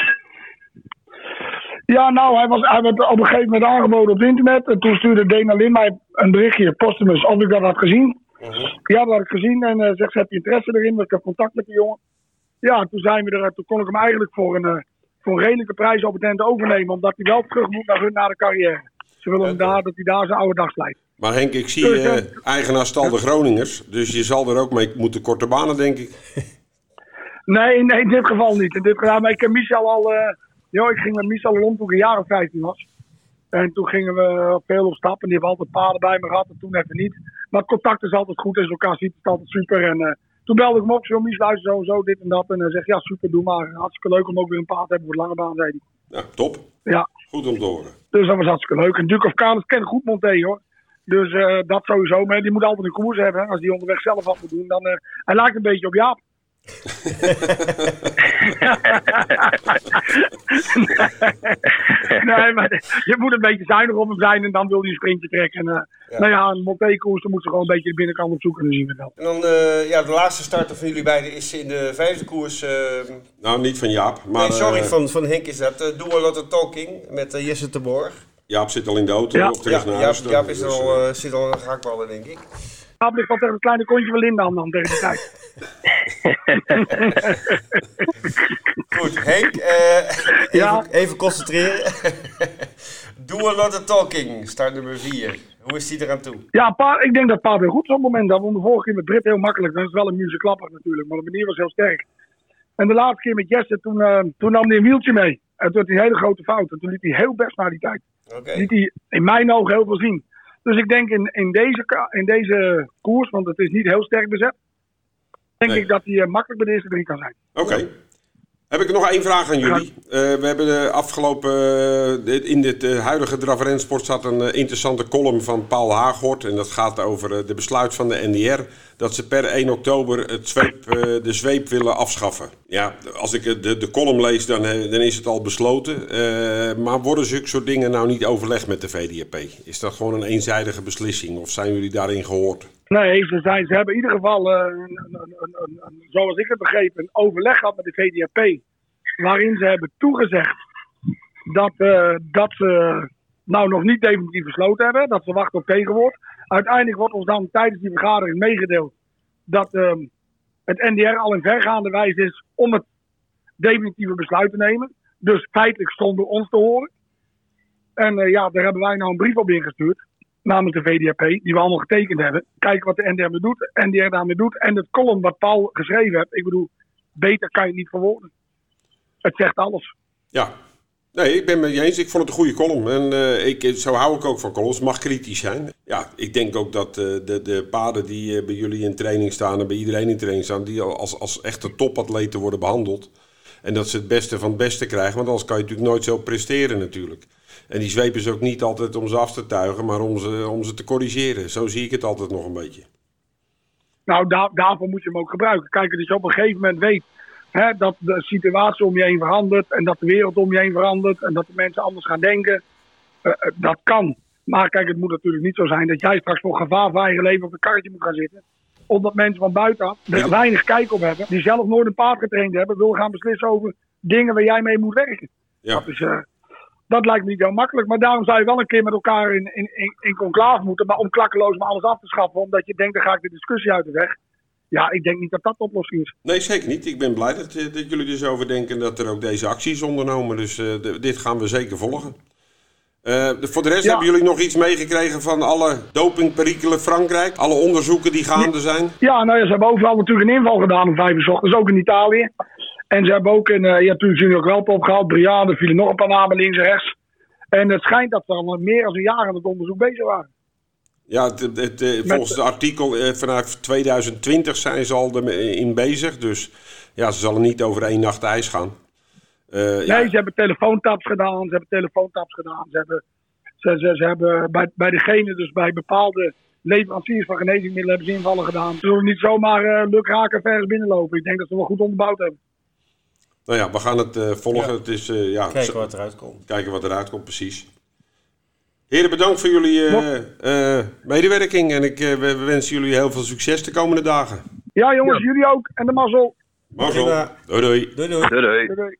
Ja, nou, hij werd op een gegeven moment aangeboden op het internet. En toen stuurde Dana Lin mij een berichtje, Postumus, of ik dat had gezien. Ja, dat had ik gezien. En zegt, heb je interesse erin? Want ik heb contact met die jongen. Ja, toen zijn we er. Toen kon ik hem eigenlijk voor een redelijke prijs op het eind overnemen. Omdat hij wel terug moet naar de carrière. Ze willen hem dat hij daar zijn oude dag slijt. Maar Henk, ik zie eigenaar stal de Groningers. Dus je zal er ook mee moeten korte banen, denk ik. Nee, in dit geval niet. Maar ik ken Michel al... ik ging met Michel rond toen ik een jaar of 15 was. En toen gingen we veel op stap. En die hebben altijd paarden bij me gehad. En toen even niet. Maar het contact is altijd goed. Als je elkaar ziet, is het altijd super. En toen belde ik hem op. Zo, Mies, luister zo, dit en dat. En hij zegt, ja, super, doe maar. Hartstikke leuk om ook weer een paard te hebben voor de lange baan, zei hij. Ja, top. Ja. Goed om te horen. Dus dat was hartstikke leuk. En Duke of Carlos kent goed monté, hoor. Dus dat sowieso. Maar die moet altijd een koers hebben. Als die onderweg zelf wat moet doen, dan... hij lijkt een beetje op Jaap. Nee, maar je moet een beetje zuinig op hem zijn en dan wil hij een sprintje trekken. En, Nou ja, een montékoers, dan moet ze gewoon een beetje de binnenkant op zoeken en dan zien we wel. En dan, de laatste starter van jullie beiden is in de 5e koers. Nou, niet van Jaap. Maar, nee, sorry, van Henk is dat. Do a Lot of Talking met Jesse de Borg. Jaap zit al in de auto, of terug naar huis. Jaap is zit al in de gehaktballen, denk ik. Jaap ligt al tegen het kleine kontje van Linda aan dan tegen de tijd. Goed, Henk, even concentreren. Do a Lot of Talking, start nummer 4. Hoe is die eraan toe? Ja, ik denk dat paard weer goed is op het moment. Dat won de vorige keer met Brit heel makkelijk. Dat is wel een muzeklapper natuurlijk, maar de manier was heel sterk. En de laatste keer met Jesse, toen nam hij een wieltje mee. En toen had hij een hele grote fout. En toen liep hij heel best naar die tijd. Okay. Liet hij in mijn ogen heel veel zien. Dus ik denk in deze koers, want het is niet heel sterk bezet, denk ik dat hij makkelijk bij de eerste 3 kan zijn. Oké. Heb ik nog 1 vraag aan jullie. We hebben de afgelopen... in dit huidige Draf Rensport zat een interessante column van Paul Haaghoort. En dat gaat over de besluit van de NDR... dat ze per 1 oktober de zweep willen afschaffen. Ja, als ik de column lees, dan is het al besloten. Maar worden zulke soort dingen nou niet overlegd met de VDAP? Is dat gewoon een eenzijdige beslissing? Of zijn jullie daarin gehoord? Nee, ze hebben in ieder geval, zoals ik het begreep, een overleg gehad met de VDAP. Waarin ze hebben toegezegd dat ze nou nog niet definitief besloten hebben. Dat ze wachten op tegenwoord. Uiteindelijk wordt ons dan tijdens die vergadering meegedeeld dat het NDR al in vergaande wijze is om het definitieve besluit te nemen. Dus feitelijk zonder ons te horen. En daar hebben wij nou een brief op ingestuurd. Namens de VDAP, die we allemaal getekend hebben. Kijken wat de NDR daarmee doet. En het column wat Paul geschreven heeft. Ik bedoel, beter kan je het niet verwoorden. Het zegt alles. Ja, nee, ik ben het met je eens. Ik vond het een goede column. En zo hou ik ook van columns. Mag kritisch zijn. Ja, ik denk ook dat de paarden die bij jullie in training staan... en bij iedereen in training staan... die als echte topatleten worden behandeld. En dat ze het beste van het beste krijgen. Want anders kan je natuurlijk nooit zo presteren natuurlijk. En die zweep is ook niet altijd om ze af te tuigen... maar om ze te corrigeren. Zo zie ik het altijd nog een beetje. Nou, daarvoor moet je hem ook gebruiken. Kijk, als je op een gegeven moment weet... dat de situatie om je heen verandert en dat de wereld om je heen verandert en dat de mensen anders gaan denken. Dat kan. Maar kijk, het moet natuurlijk niet zo zijn dat jij straks voor gevaar van eigen leven op een karretje moet gaan zitten. Omdat mensen van buitenaf er weinig kijk op hebben, die zelf nooit een paard getraind hebben, willen gaan beslissen over dingen waar jij mee moet werken. Ja. Dat lijkt me niet heel makkelijk. Maar daarom zou je wel een keer met elkaar in conclave moeten. Maar om klakkeloos maar alles af te schaffen, omdat je denkt, dan ga ik de discussie uit de weg. Ja, ik denk niet dat dat de oplossing is. Nee, zeker niet. Ik ben blij dat jullie er zo over denken dat er ook deze actie is ondernomen. Dus dit gaan we zeker volgen. Voor de rest hebben jullie nog iets meegekregen van alle dopingperikelen Frankrijk? Alle onderzoeken die gaande zijn? Ja, nou ja, ze hebben overal natuurlijk een inval gedaan om 5 uur 's ochtends, ook in Italië. En ze hebben ook, toen zijn ook wel opgehaald, Briade, vielen nog een paar namen links en rechts. En het schijnt dat ze al meer dan een jaar aan het onderzoek bezig waren. Ja, volgens het artikel vanaf 2020 zijn ze al in bezig. Dus ja, ze zullen niet over 1 nacht ijs gaan. Nee, ze hebben telefoontaps gedaan. Ze hebben bij degene, dus bij bepaalde leveranciers van genezingsmiddelen hebben ze invallen gedaan. Ze zullen niet zomaar lukraken ergens binnenlopen. Ik denk dat ze wel goed onderbouwd hebben. Nou ja, we gaan het volgen. Ja. Het is, Kijken wat eruit komt. Kijken wat eruit komt, precies. Heren, bedankt voor jullie medewerking. En we wensen jullie heel veel succes de komende dagen. Ja jongens, jullie ook. En de mazzel. Mazzel. Doei doei. Doei doei. Doei. Doei.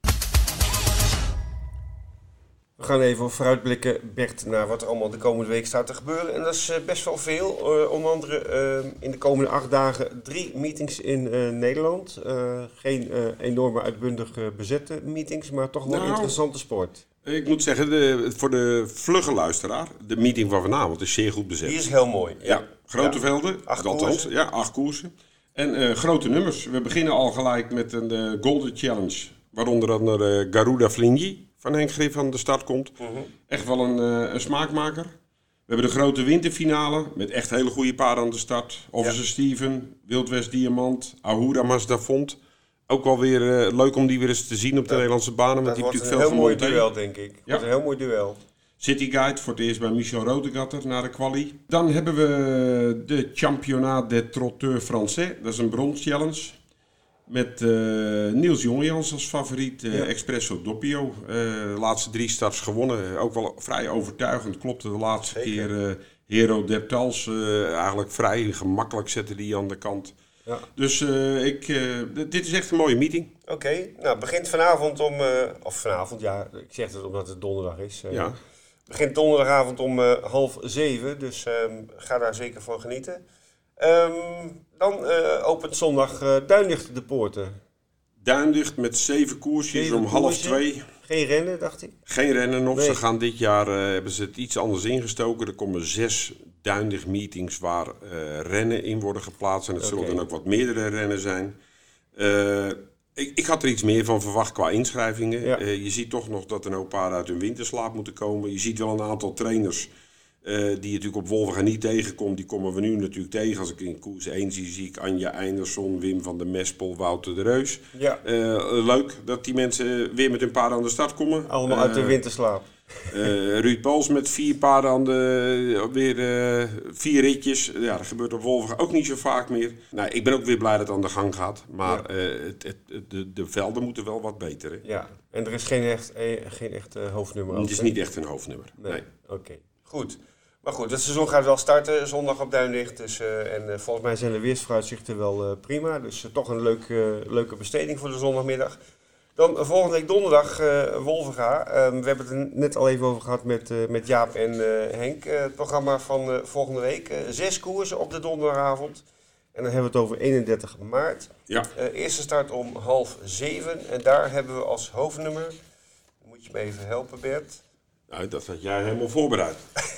We gaan even vooruitblikken, Bert, naar wat er allemaal de komende week staat te gebeuren. En dat is best wel veel. Onder andere in de komende 8 dagen 3 meetings in Nederland. Geen enorme uitbundig bezette meetings, maar toch wel interessante sport. Ik moet zeggen, voor de vlugge luisteraar, de meeting van vanavond is zeer goed bezet. Die is heel mooi. Ja, grote velden. 8 althans, koersen. Ja, 8 koersen. En grote nummers. We beginnen al gelijk met een Golden Challenge. Waaronder dan Garuda Fligny van Henk Grif aan de start komt. Echt wel een smaakmaker. We hebben de grote winterfinale met echt hele goede paarden aan de start. Officer Steven, Wild West Diamant, Ahura Mazda Font. Ook wel weer leuk om die weer eens te zien op de Nederlandse banen. Want Dat die wordt natuurlijk een veel heel mooi gemonteerd. duel, denk ik. Ja. Wordt een heel mooi duel. City Guide voor het eerst bij Michel Rodegatter na de quali. Dan hebben we de Championnat des Trotteurs Français. Dat is een brons challenge. Met Niels Jongjans als favoriet. Expresso Doppio. De laatste 3 starts gewonnen. Ook wel vrij overtuigend. Klopte de laatste keer Hero Dertals. Eigenlijk vrij gemakkelijk zette die aan de kant. Ja. Dus dit is echt een mooie meeting. Oké, nou begint vanavond om... of vanavond, ja, ik zeg het omdat het donderdag is. Ja. Begint donderdagavond om 6:30, dus ga daar zeker van genieten. Dan opent zondag Duinlicht de poorten. Duindicht met 7 koersjes 7 om koersen. 1:30. Geen rennen, dacht ik. Geen rennen nog. Nee. Ze gaan dit jaar hebben ze het iets anders ingestoken. Er komen 6 Duindig meetings waar rennen in worden geplaatst. En het zullen dan ook wat meerdere rennen zijn. Ik had er iets meer van verwacht qua inschrijvingen. Ja. Je ziet toch nog dat er een hoop paarden uit hun winterslaap moeten komen. Je ziet wel een aantal trainers die je natuurlijk op Wolvenga niet tegenkomt. Die komen we nu natuurlijk tegen. Als ik in koers 1 zie ik Anja Eindersson, Wim van der Mespel, Wouter de Reus. Ja. Leuk dat die mensen weer met hun paarden aan de start komen. Allemaal uit de winterslaap. Ruud Pools met 4 paarden aan weer 4 ritjes. Ja, dat gebeurt op Wolvenga ook niet zo vaak meer. Nou, ik ben ook weer blij dat het aan de gang gaat. Maar de velden moeten wel wat beter. Hè? Ja, en er is geen echt hoofdnummer. Het is niet echt een hoofdnummer. Nee. Oké, goed. Maar goed, het seizoen gaat wel starten zondag op Duinlicht. Dus, volgens mij zijn de weersvooruitzichten wel prima. Dus toch een leuke besteding voor de zondagmiddag. Dan volgende week donderdag Wolvenga. We hebben het er net al even over gehad met Jaap en Henk. Het programma van volgende week. 6 koersen op de donderdagavond. En dan hebben we het over 31 maart. Ja. Eerste start om 6:30. En daar hebben we als hoofdnummer... Moet je me even helpen, Bert? Nou, dat had jij helemaal voorbereid.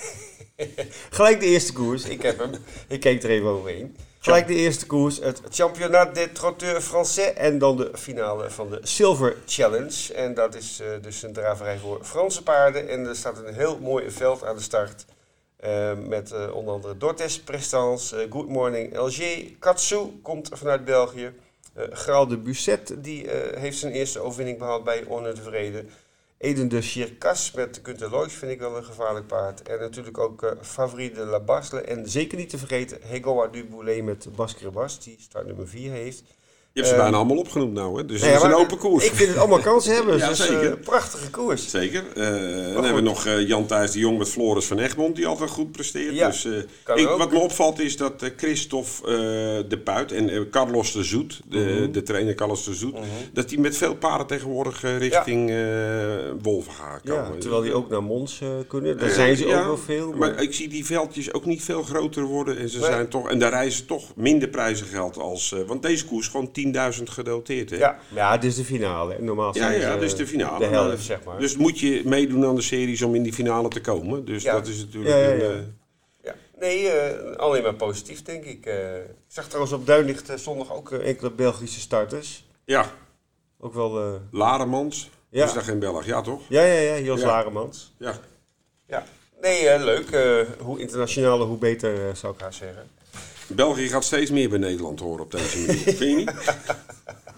Gelijk de eerste koers. Ik heb hem. Ik keek er even overheen. Gelijk de eerste koers. Het Championnat des Trotteurs Français. En dan de finale van de Silver Challenge. En dat is dus een draverij voor Franse paarden. En er staat een heel mooi veld aan de start. Met onder andere Dortes, Prestance, Good Morning LG. Katsu komt vanuit België. Graal de Busset die heeft zijn eerste overwinning behaald bij Honor de Vrede. Eden de Chircas met Gunther Loos vind ik wel een gevaarlijk paard. En natuurlijk ook Favori de La Basle. En zeker niet te vergeten Hegoa du Boulet met Bas Kerbas, die start nummer 4 heeft. Je hebt ze bijna allemaal opgenoemd nou, hè? Dus Nou ja, het is een maar open koers. Ik vind het allemaal kansen hebben. Ja, Dus zeker. Prachtige koers. Zeker. Dan hebben we nog Jan Thijs de Jong met Floris van Egmond, die altijd goed presteert. Ja, Dus, kan ook. wat me opvalt is dat Christophe de Puit en Carlos de Zoet, de trainer Carlos de Zoet, dat die met veel paarden tegenwoordig richting Wolvenga komen. Ja, terwijl die ook naar Mons kunnen. Daar zijn ze ook wel veel. Maar ik zie die veldjes ook niet veel groter worden. En, zijn toch, en daar reizen toch minder prijzengeld als... want deze koers gewoon 10.000 gedoteerd. Hè? Ja, dit is de finale. Normaal zijn Ja, dit is de finale. De helft, zeg maar. Dus moet je meedoen aan de series om in die finale te komen. Dus dat is natuurlijk Nee, alleen maar positief, denk ik. Ik zag trouwens op Duinlicht zondag ook enkele Belgische starters. Ja. Ook wel... Laremans. Ja. Is dat geen Belg? Ja, toch? Ja, Jos Laremans. Ja. Nee, leuk. Hoe internationaler, hoe beter, zou ik haar zeggen. België gaat steeds meer bij Nederland horen op deze manier. Vind je niet?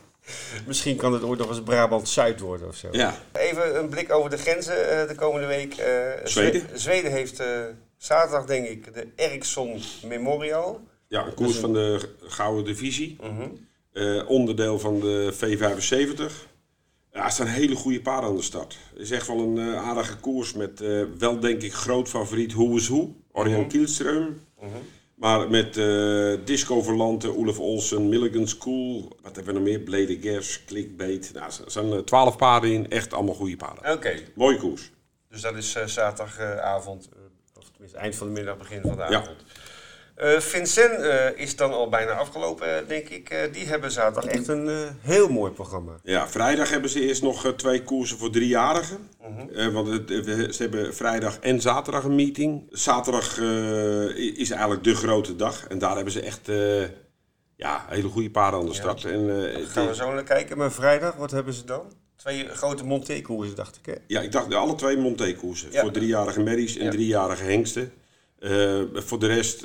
Misschien kan het ooit nog eens Brabant-Zuid worden of zo. Ja. Even een blik over de grenzen de komende week. Zweden heeft zaterdag, denk ik, de Ericsson Memorial. Ja, een koers van de Gouden Divisie. Onderdeel van de V75. Ja, er staan hele goede paarden aan de start. Het is echt wel een aardige koers met wel denk ik groot favoriet Who is Who, Orion Kielström. Maar met Disco Verlante, Olaf Olsen, Milligan School, wat hebben we nog meer? Blade Gers, Clickbait. Nou, er zijn 12 paarden in, echt allemaal goede paarden. Oké. Mooie koers. Dus dat is zaterdagavond, of tenminste eind van de middag, begin van de avond. Vincent is dan al bijna afgelopen, denk ik. Die hebben zaterdag echt een heel mooi programma. Ja, vrijdag hebben ze eerst nog 2 koersen voor 3-jarigen. Want ze hebben vrijdag en zaterdag een meeting. Zaterdag is eigenlijk de grote dag. En daar hebben ze echt hele goede paarden aan de start. Gaan we zo naar kijken. Maar vrijdag, wat hebben ze dan? 2 grote Monté-koersen, dacht ik, hè? Ja, ik dacht alle 2 Monté-koersen. Voor 3-jarige merries en 3-jarige hengsten. Voor de rest,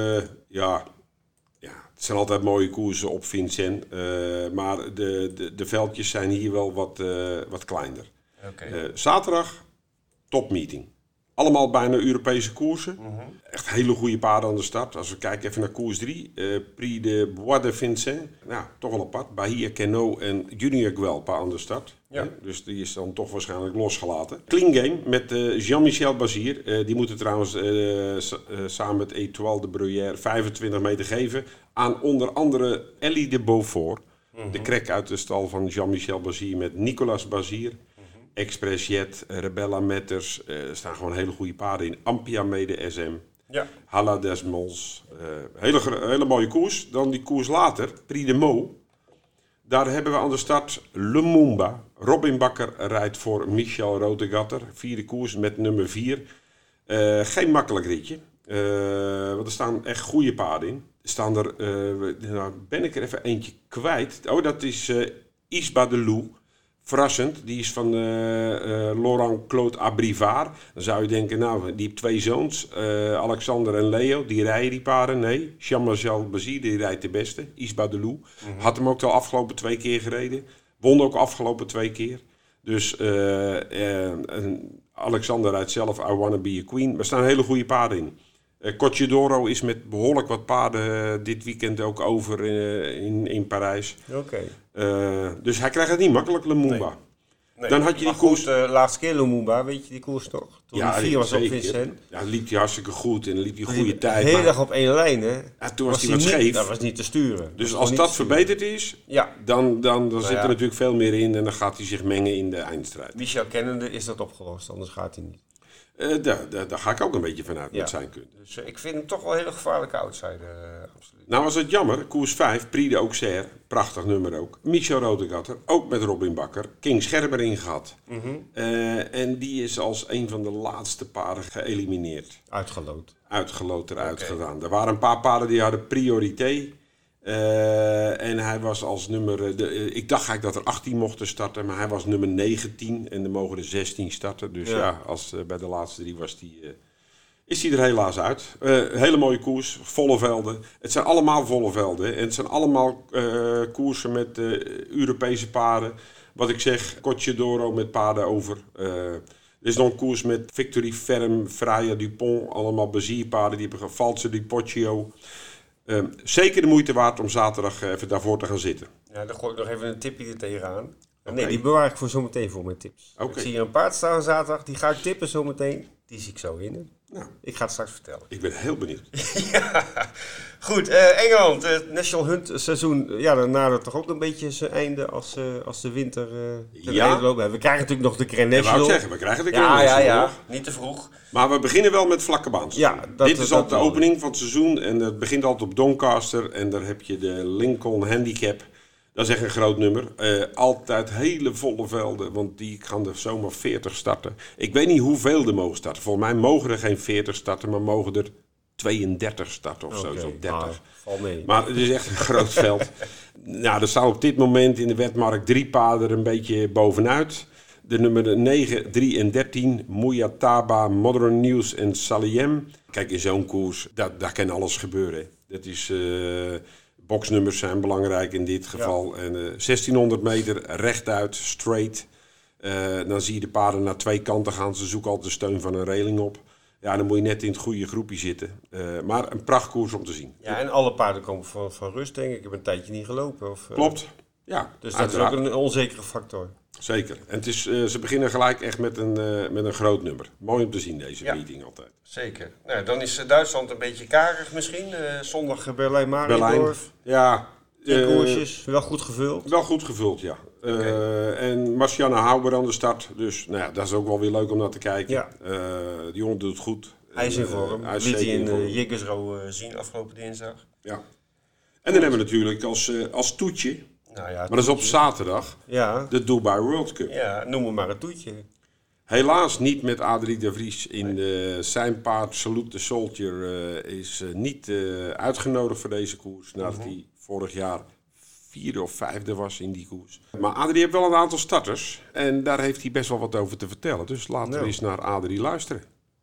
het zijn altijd mooie koersen op Vincent. Maar de veldjes zijn hier wel wat kleiner. Zaterdag, topmeeting. Allemaal bijna Europese koersen. Echt hele goede paarden aan de start. Als we kijken even naar koers 3. Prix de Bois de Vincent. Nou, toch wel apart. Bahia Cano en Junior Guelpa aan de start. Ja. Dus die is dan toch waarschijnlijk losgelaten. Clean Game met Jean-Michel Bazir. Die moeten trouwens samen met Etoile de Bruyère 25 meter geven. Aan onder andere Ellie de Beaufort. De krek uit de stal van Jean-Michel Bazir met Nicolas Bazir. Express Jet, Rebella Metters, er staan gewoon hele goede paarden in. Ampia Mede SM, Hala des Mols, hele mooie koers. Dan die koers later, Prix de Meaux. Daar hebben we aan de start Lumumba. Robin Bakker rijdt voor Michel Rotegatter. 4e koers met nummer 4. Geen makkelijk ritje, want er staan echt goede paarden in. Er staan er, nou ben ik er even eentje kwijt. Oh, dat is Isba de Loup. Verrassend, die is van Laurent Claude Abrivard. Dan zou je denken, nou, die heeft 2 zoons, Alexander en Leo, die rijden die paarden. Nee, Jean-Michel Bazir, die rijdt de beste, Isba de Loup. Had hem ook al afgelopen 2 keer gereden. Won ook afgelopen 2 keer. Dus Alexander rijdt zelf I Wanna Be a Queen. Maar er staan hele goede paarden in. Cocciadoro is met behoorlijk wat paarden dit weekend ook over in Parijs. Dus hij krijgt het niet makkelijk, Lumumba. Nee. Dan had je die koers... de laatste keer Lumumba, weet je die koers toch? Toen die 4 was op Vincent. Ja, liep hij hartstikke goed en dan liep hij goede tijd. Heel erg op 1 lijn, hè? Ja, toen was hij wat scheef. Dat was niet te sturen. Dus als dat verbeterd is, dan zit er natuurlijk veel meer in en dan gaat hij zich mengen in de eindstrijd. Michel kennende is dat opgelost, anders gaat hij niet. Daar ga ik ook een beetje vanuit met zijn kunde. Dus ik vind hem toch wel een hele gevaarlijke outsider, absoluut. Nou was het jammer, koers 5, Prix de Auxerre, prachtig nummer ook. Michel Rotegatter, ook met Robin Bakker, King Scherber ingehad. En die is als een van de laatste paarden geëlimineerd. Uitgeloot eruit gedaan. Er waren een paar paarden die hadden prioriteit. En hij was als nummer... ik dacht eigenlijk dat er 18 mochten starten, maar hij was nummer 19 en er mogen er 16 starten. Dus bij de laatste 3 is hij er helaas uit. Hele mooie koers, volle velden. Het zijn allemaal volle velden en het zijn allemaal koersen met Europese paarden. Wat ik zeg, Cocciadoro met paarden over. Er is nog een koers met Victory Ferm, Freya Dupont, allemaal Bazierpaarden. Die hebben Valse Di Poggio. Zeker de moeite waard om zaterdag even daarvoor te gaan zitten. Ja, dan gooi ik nog even een tipje er tegenaan. Nee, die bewaar ik voor zometeen voor mijn tips. Ik zie hier een paard staan zaterdag, die ga ik tippen zometeen. Die zie ik zo in. Nou, ik ga het straks vertellen. Ik ben heel benieuwd. Goed, Engeland, het National Hunt seizoen, dan nadert toch ook een beetje zijn einde als de winter ten einde loopt. We krijgen natuurlijk nog de Grand National. Ja, wou ik zeggen, we krijgen de Grand National. Ja, niet te vroeg. Maar we beginnen wel met vlakke baans. Dit is altijd de opening van het seizoen en het begint altijd op Doncaster en daar heb je de Lincoln Handicap. Dat is echt een groot nummer. Altijd hele volle velden, want die gaan er zomaar 40 starten. Ik weet niet hoeveel er mogen starten. Volgens mij mogen er geen 40 starten, maar mogen er 32 starten of zo, 30. Val mee. Maar het is echt een groot veld. Nou, er staan op dit moment in de wetmarkt 3 paarden er een beetje bovenuit. De nummer 9, 3 en 13, Muyataba, Modern News en Saliem. Kijk, in zo'n koers, daar kan alles gebeuren. Dat is... Boxnummers zijn belangrijk in dit geval. Ja. En 1600 meter rechtuit, straight. Dan zie je de paarden naar twee kanten gaan. Ze zoeken altijd de steun van een reling op. Ja, dan moet je net in het goede groepje zitten. Maar een prachtkoers om te zien. Ja, en alle paarden komen van rust, denk ik. Ik heb een tijdje niet gelopen. Klopt, ja. Dus dat is ook een onzekere factor. Zeker. En het is, ze beginnen gelijk echt met een groot nummer. Mooi om te zien, deze meeting altijd. Zeker. Nou, dan is Duitsland een beetje karig misschien. Zondag Berlijn-Mariendorf. Ja. Koersjes, wel goed gevuld. Wel goed gevuld, ja. En Marciana Hauber aan de start. Dus nou ja, dat is ook wel weer leuk om naar te kijken. Ja. Die jongen doet het goed. Hij is in vorm. Liet hij in Jägersro zien afgelopen dinsdag. Ja. En dan hebben we natuurlijk als toetje, nou ja, maar dat is op zaterdag, de Dubai World Cup. Ja, noem me maar een toetje. Helaas niet met Adrie de Vries. Zijn paard Salute the Soldier is niet uitgenodigd voor deze koers. Nadat hij vorig jaar 4e of 5e was in die koers. Maar Adrie heeft wel een aantal starters. En daar heeft hij best wel wat over te vertellen. Dus laten we eens naar Adrie luisteren.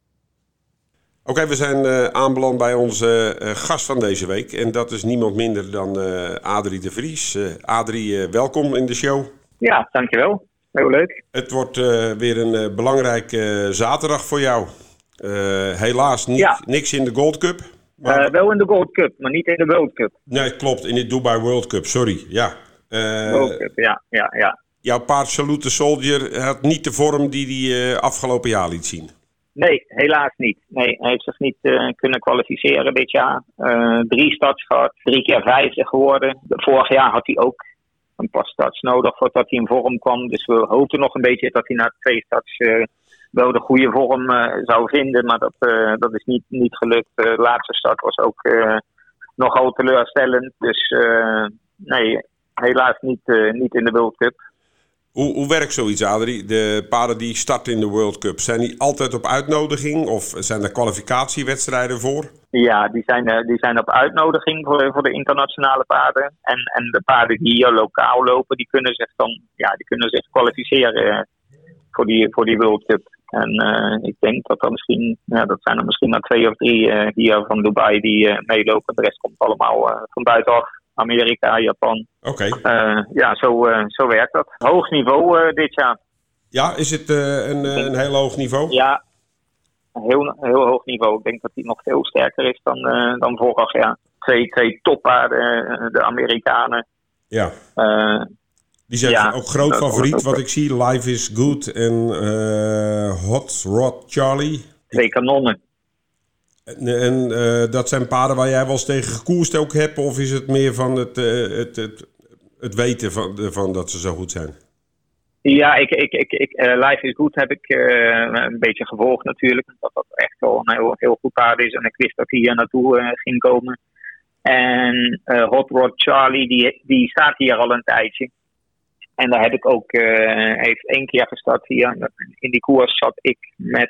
Oké, we zijn aanbeland bij onze gast van deze week. En dat is niemand minder dan Adrie de Vries. Adrie, welkom in de show. Ja, dankjewel. Heel leuk. Het wordt weer een belangrijke zaterdag voor jou. Helaas niks in de Gold Cup. Maar wel in de Gold Cup, maar niet in de World Cup. Nee, klopt. In de Dubai World Cup, sorry. Ja. World Cup, ja. Jouw paard Salute the Soldier had niet de vorm die hij afgelopen jaar liet zien. Nee, helaas niet. Nee, hij heeft zich niet kunnen kwalificeren dit jaar. 3 starts gehad, 3 keer 5e geworden. Vorig jaar had hij ook een paar starts nodig voordat hij in vorm kwam. Dus we hoopten nog een beetje dat hij na 2 starts wel de goede vorm zou vinden. Maar dat is niet gelukt. De laatste start was ook nogal teleurstellend. Dus nee, helaas niet in de World Cup. Hoe werkt zoiets, Adrie? De paarden die starten in de World Cup, zijn die altijd op uitnodiging of zijn er kwalificatiewedstrijden voor? Ja, die zijn op uitnodiging voor de internationale paarden. En de paarden die hier lokaal lopen, die kunnen zich kwalificeren voor die World Cup. En ik denk dat dat zijn er misschien maar 2 of 3 hier van Dubai die meelopen. De rest komt allemaal van buitenaf. Amerika, Japan. Oké. Zo werkt dat. Hoog niveau dit jaar. Ja, is het een heel hoog niveau? Ja, heel hoog niveau. Ik denk dat hij nog veel sterker is dan vorig jaar. 2 toppaarden, de Amerikanen. Ja. Die zijn ook groot favoriet, wat ik zie. Life is Good en Hot Rod Charlie. 2 kanonnen. En dat zijn paarden waar jij wel eens tegen gekoerst ook hebt? Of is het meer van het weten van dat ze zo goed zijn? Ja, Life is Good heb ik een beetje gevolgd natuurlijk. Omdat dat echt wel een heel goed paard is. En ik wist dat hij hier naartoe ging komen. En Hot Rod Charlie, die staat hier al een tijdje. En daar heb ik ook, heeft 1 keer gestart hier. In die koers zat ik met...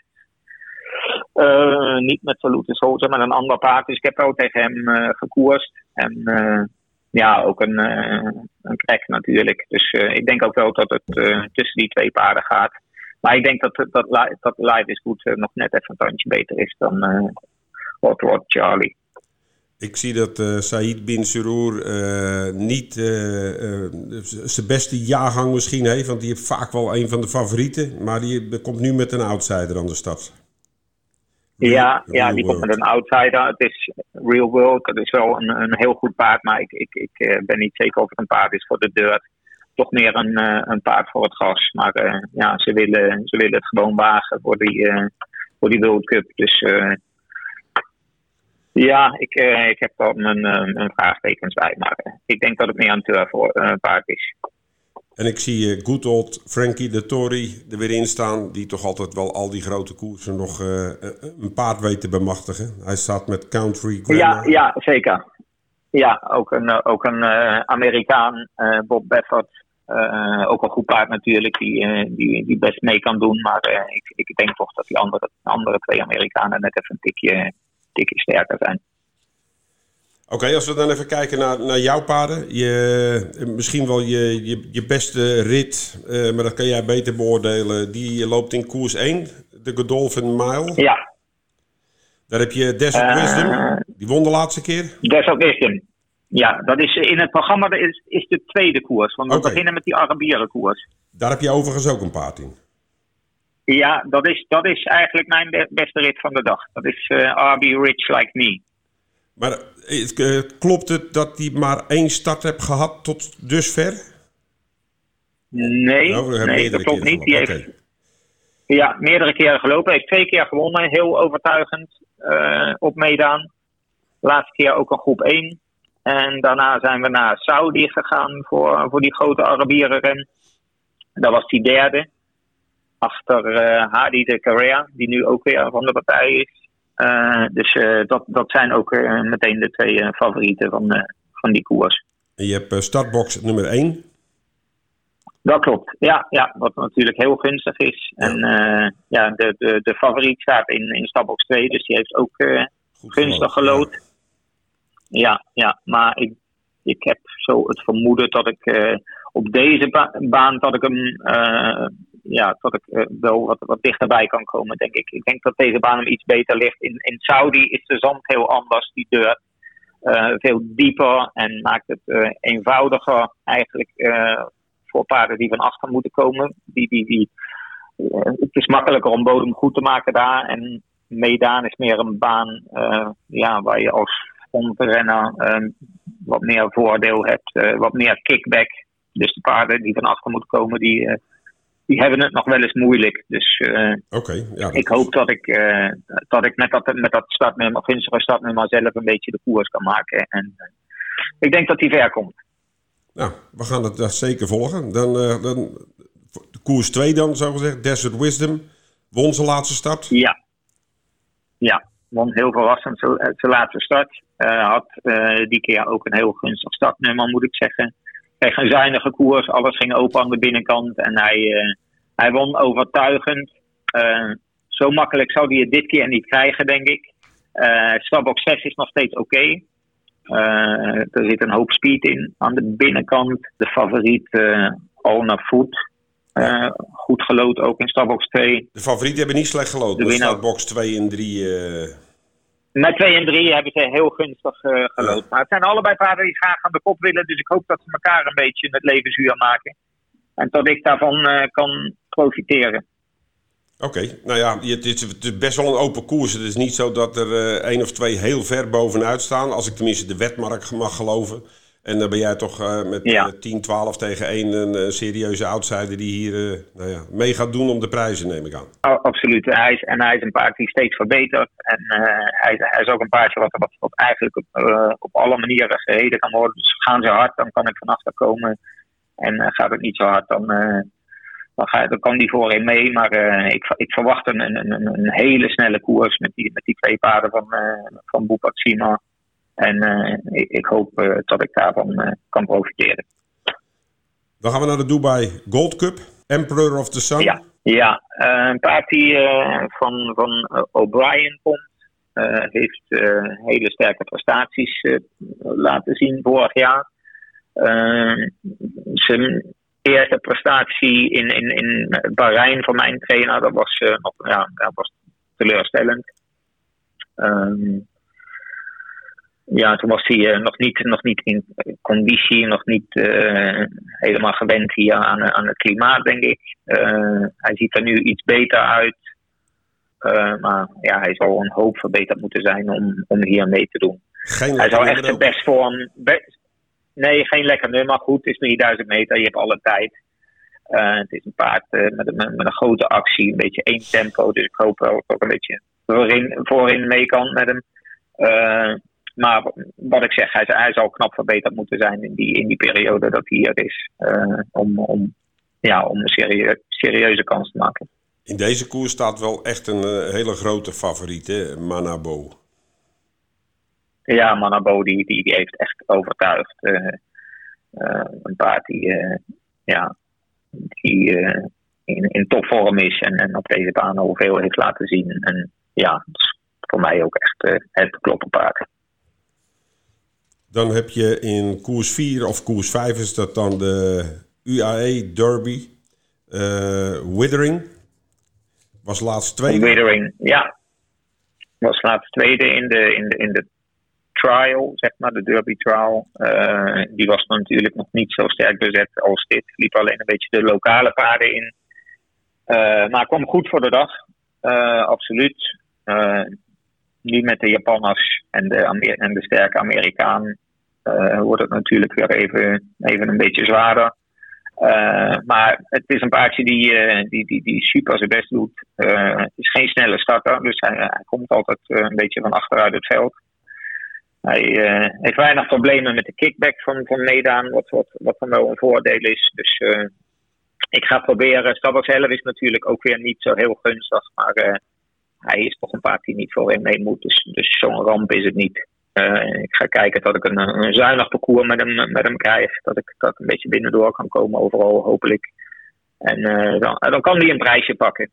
niet met Salute the Soldier, maar een ander paard. Dus ik heb wel tegen hem gekoerst. En ook een crack natuurlijk. Dus ik denk ook wel dat het tussen die 2 paarden gaat. Maar ik denk dat Life is Good nog net even een tandje beter is dan Hot Rod Charlie. Ik zie dat Saïd Bin Suroor niet zijn beste jaargang misschien heeft. Want die heeft vaak wel een van de favorieten. Maar die komt nu met een outsider aan de start. Ja, die komt met een outsider. Het is Real World. Het is wel een heel goed paard. Maar ik ben niet zeker of het een paard is voor de dirt. Toch meer een paard voor het gras. Maar ze willen het gewoon wagen voor die World Cup. Dus ik heb daar mijn vraagtekens bij. Maar ik denk dat het meer een turf paard is. En ik zie good old Frankie Dettori er weer in staan. Die toch altijd wel al die grote koersen nog een paard weet te bemachtigen. Hij staat met Country Grammar. Ja, zeker. Ja, ook een Amerikaan, Bob Baffert. Ook een goed paard natuurlijk, die best mee kan doen. Maar ik denk toch dat die andere 2 Amerikanen net even een tikje sterker zijn. Oké, als we dan even kijken naar jouw paarden. Misschien wel je beste rit, maar dat kan jij beter beoordelen. Die loopt in koers 1, de Godolphin Mile. Ja. Daar heb je Desert Wisdom, die won de laatste keer. Desert Wisdom. Ja, dat is in het programma is de tweede koers. Want we beginnen met die Arabierenkoers. Daar heb je overigens ook een paard in. Ja, dat is eigenlijk mijn beste rit van de dag. Dat is RB Rich Like Me. Maar klopt het dat hij maar 1 start heeft gehad tot dusver? Nee, dat klopt niet. Die heeft meerdere keren gelopen. Hij heeft 2 keer gewonnen. Heel overtuigend op meedaan. Laatste keer ook een groep 1. En daarna zijn we naar Saudi gegaan voor die grote Arabierenren. Dat was die derde. Achter Hadi de Carrera, die nu ook weer van de partij is. Dus dat zijn ook meteen de 2 favorieten van die koers. En je hebt startbox nummer 1. Dat klopt, ja, wat natuurlijk heel gunstig is. En de favoriet staat in startbox 2, dus die heeft ook gunstig gelood. Ja, maar ik heb zo het vermoeden dat ik op deze baan dat ik hem wel wat dichterbij kan komen, denk ik. Ik denk dat deze baan hem iets beter ligt. In Saudi is de zand heel anders, die deur. Veel dieper en maakt het eenvoudiger eigenlijk voor paarden die van achter moeten komen. Het is makkelijker om bodem goed te maken daar. En Medan is meer een baan waar je als frontrenner wat meer voordeel hebt, wat meer kickback. Dus de paarden die van achter moeten komen, die hebben het nog wel eens moeilijk. Dus ik hoop dat ik met dat startnummer, gunstige startnummer zelf een beetje de koers kan maken. En ik denk dat die ver komt. Nou, we gaan het zeker volgen. Dan de koers 2 dan, zo gezegd. Desert Wisdom. Won zijn laatste start. Ja, won heel verrassend zijn laatste start. Had die keer ook een heel gunstig startnummer, moet ik zeggen. Kreeg een zuinige koers, alles ging open aan de binnenkant. En hij won overtuigend. Zo makkelijk zou hij het dit keer niet krijgen, denk ik. Startbox 6 is nog steeds oké. Er zit een hoop speed in aan de binnenkant. De favoriet Owner Foot. Goed gelood ook in Startbox 2. De favorieten hebben niet slecht gelood. De Startbox 2 en 3... Met 2 en 3 hebben ze heel gunstig gelood. Maar het zijn allebei paarden die graag aan de kop willen. Dus ik hoop dat ze elkaar een beetje het leven zuur maken. En dat ik daarvan kan profiteren. Oké, nou ja, het is best wel een open koers. Het is niet zo dat er 1 of 2 heel ver bovenuit staan. Als ik tenminste de wetmarkt mag geloven. En dan ben jij toch met 10-12 tegen 1 een serieuze outsider die hier mee gaat doen om de prijzen, neem ik aan. Oh, absoluut. Hij is een paard die steeds verbetert. En hij is ook een paardje wat eigenlijk op alle manieren gereden kan worden. Dus gaan ze hard, dan kan ik van achter komen. En gaat het niet zo hard, dan kan die voorin mee. Maar ik verwacht een hele snelle koers met die 2 paarden van Boepak Sima. En ik hoop dat ik daarvan kan profiteren. Dan gaan we naar de Dubai Gold Cup. Emperor of the Sun. Ja, een paard die van O'Brien komt. Heeft hele sterke prestaties laten zien vorig jaar. Zijn eerste prestatie in Bahrein van mijn trainer, dat was was teleurstellend. Toen was hij nog niet in conditie, nog niet helemaal gewend hier aan het klimaat, denk ik. Hij ziet er nu iets beter uit. Maar hij zal een hoop verbeterd moeten zijn om hier mee te doen. Hij zou echt de best vorm... Nee, geen lekker nummer. Goed, het is 3000 meter, je hebt alle tijd. Het is een paard met een grote actie, een beetje 1 tempo. Dus ik hoop wel dat ik ook een beetje voorin mee kan met hem. Maar wat ik zeg, hij zal knap verbeterd moeten zijn in die periode dat hij hier is. Om een serieuze kans te maken. In deze koers staat wel echt een hele grote favoriet, hè? Manabo. Ja, Manabo die heeft echt overtuigd. Een paard die in topvorm is en op deze baan al veel heeft laten zien. En dus voor mij ook echt het kloppenpaard. Dan heb je in koers 4 of koers 5 is dat dan de UAE Derby. Withering was laatst tweede. Withering, ja. Was laatst tweede in de trial, zeg maar, de Derby trial. Die was dan natuurlijk nog niet zo sterk bezet als dit. Liep alleen een beetje de lokale paarden in. Maar kwam goed voor de dag. Absoluut. Nu met de Japanners en de sterke Amerikaan wordt het natuurlijk weer even een beetje zwaarder. Maar het is een paardje die super zijn best doet. Het is geen snelle starter, dus hij komt altijd een beetje van achteruit het veld. Hij heeft weinig problemen met de kickback van Medaan, wat dan wel een voordeel is. Dus ik ga proberen. Stabber zelf is natuurlijk ook weer niet zo heel gunstig, maar hij is toch een paard die niet voor hem mee moet. Dus zo'n ramp is het niet. Ik ga kijken dat ik een zuinig parcours met hem krijg. Dat ik een beetje binnendoor kan komen overal, hopelijk. En dan kan hij een prijsje pakken.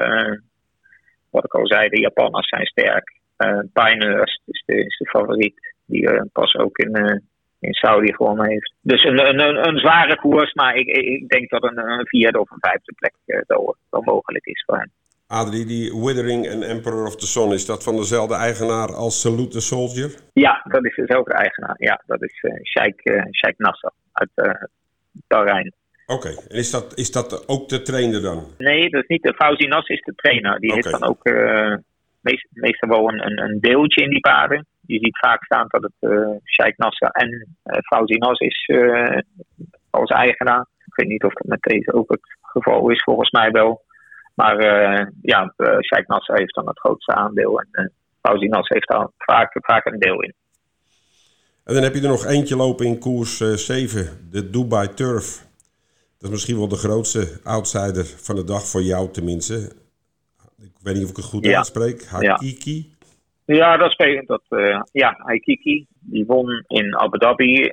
Wat ik al zei, de Japanners zijn sterk. Pinehurst is de favoriet. Die pas ook in Saudi gewonnen heeft. Dus een zware koers. Maar ik denk dat een vierde of een vijfde plek wel mogelijk is voor hem. Adrie, die Withering en Emperor of the Sun, is dat van dezelfde eigenaar als Salute the Soldier? Ja, dat is dezelfde eigenaar. Ja, dat is Sheikh Nasser uit Bahrein. Oké, en is dat ook de trainer dan? Nee, dat is niet. Fauzi Nasser is de trainer. Die heeft dan ook meestal wel een deeltje in die paarden. Je ziet vaak staan dat het Sheikh Nasser en Fauzi Nasser is als eigenaar. Ik weet niet of dat met deze ook het geval is, volgens mij wel. Maar Sheikh Nasser heeft dan het grootste aandeel. En Fauzi Nasser heeft daar vaak een deel in. En dan heb je er nog eentje lopen in koers 7. De Dubai Turf. Dat is misschien wel de grootste outsider van de dag. Voor jou tenminste. Ik weet niet of ik het goed uitspreek. Hakiki. Ja, dat speelt dat. Hakiki. Die won in Abu Dhabi.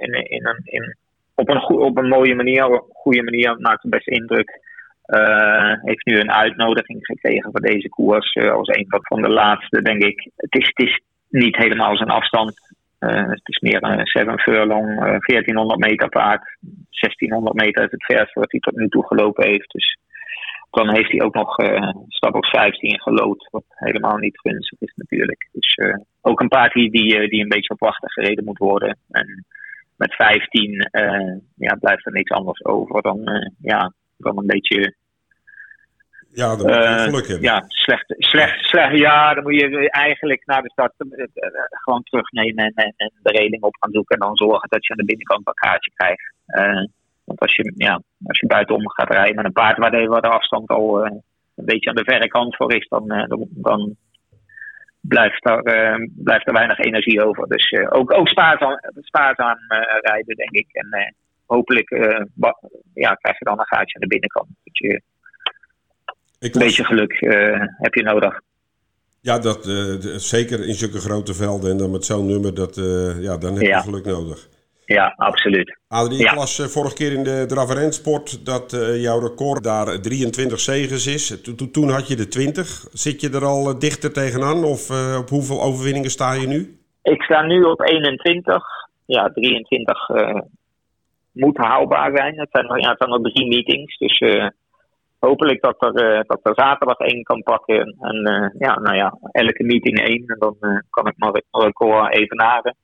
Op een mooie manier. Goede manier. Maakt een best indruk. Heeft nu een uitnodiging gekregen voor deze koers als een van de laatste, denk ik. Het is niet helemaal zijn afstand. Het is meer een 7 furlong, 1400 meter paard. 1600 meter is het verste wat hij tot nu toe gelopen heeft. Dus dan heeft hij ook nog stap op 15 gelood, wat helemaal niet gunstig is natuurlijk. Dus ook een paard die een beetje op wachten gereden moet worden. En met 15 blijft er niks anders over dan een beetje. Ja, dan moet je geluk hebben. Ja, slecht. Ja, dan moet je eigenlijk na de start gewoon terugnemen en de reling op gaan zoeken. En dan zorgen dat je aan de binnenkant een kaartje krijgt. Want als je buitenom gaat rijden met een paard waar de afstand al een beetje aan de verre kant voor is, dan blijft er weinig energie over. Dus ook spaarzaam rijden, denk ik. En hopelijk krijg je dan een gaatje aan de binnenkant. Een beetje geluk heb je nodig. Ja, dat zeker in zulke grote velden en dan met zo'n nummer, dan heb je geluk nodig. Ja, absoluut. Adrie, ik las vorige keer in de Dravarensport dat jouw record daar 23 zegens is. Toen had je de 20. Zit je er al dichter tegenaan of op hoeveel overwinningen sta je nu? Ik sta nu op 21. Ja, 23 moet haalbaar zijn. Het zijn nog 3 meetings, dus hopelijk dat er zaterdag 1 kan pakken. En elke meeting 1. En dan kan ik mijn record evenaren.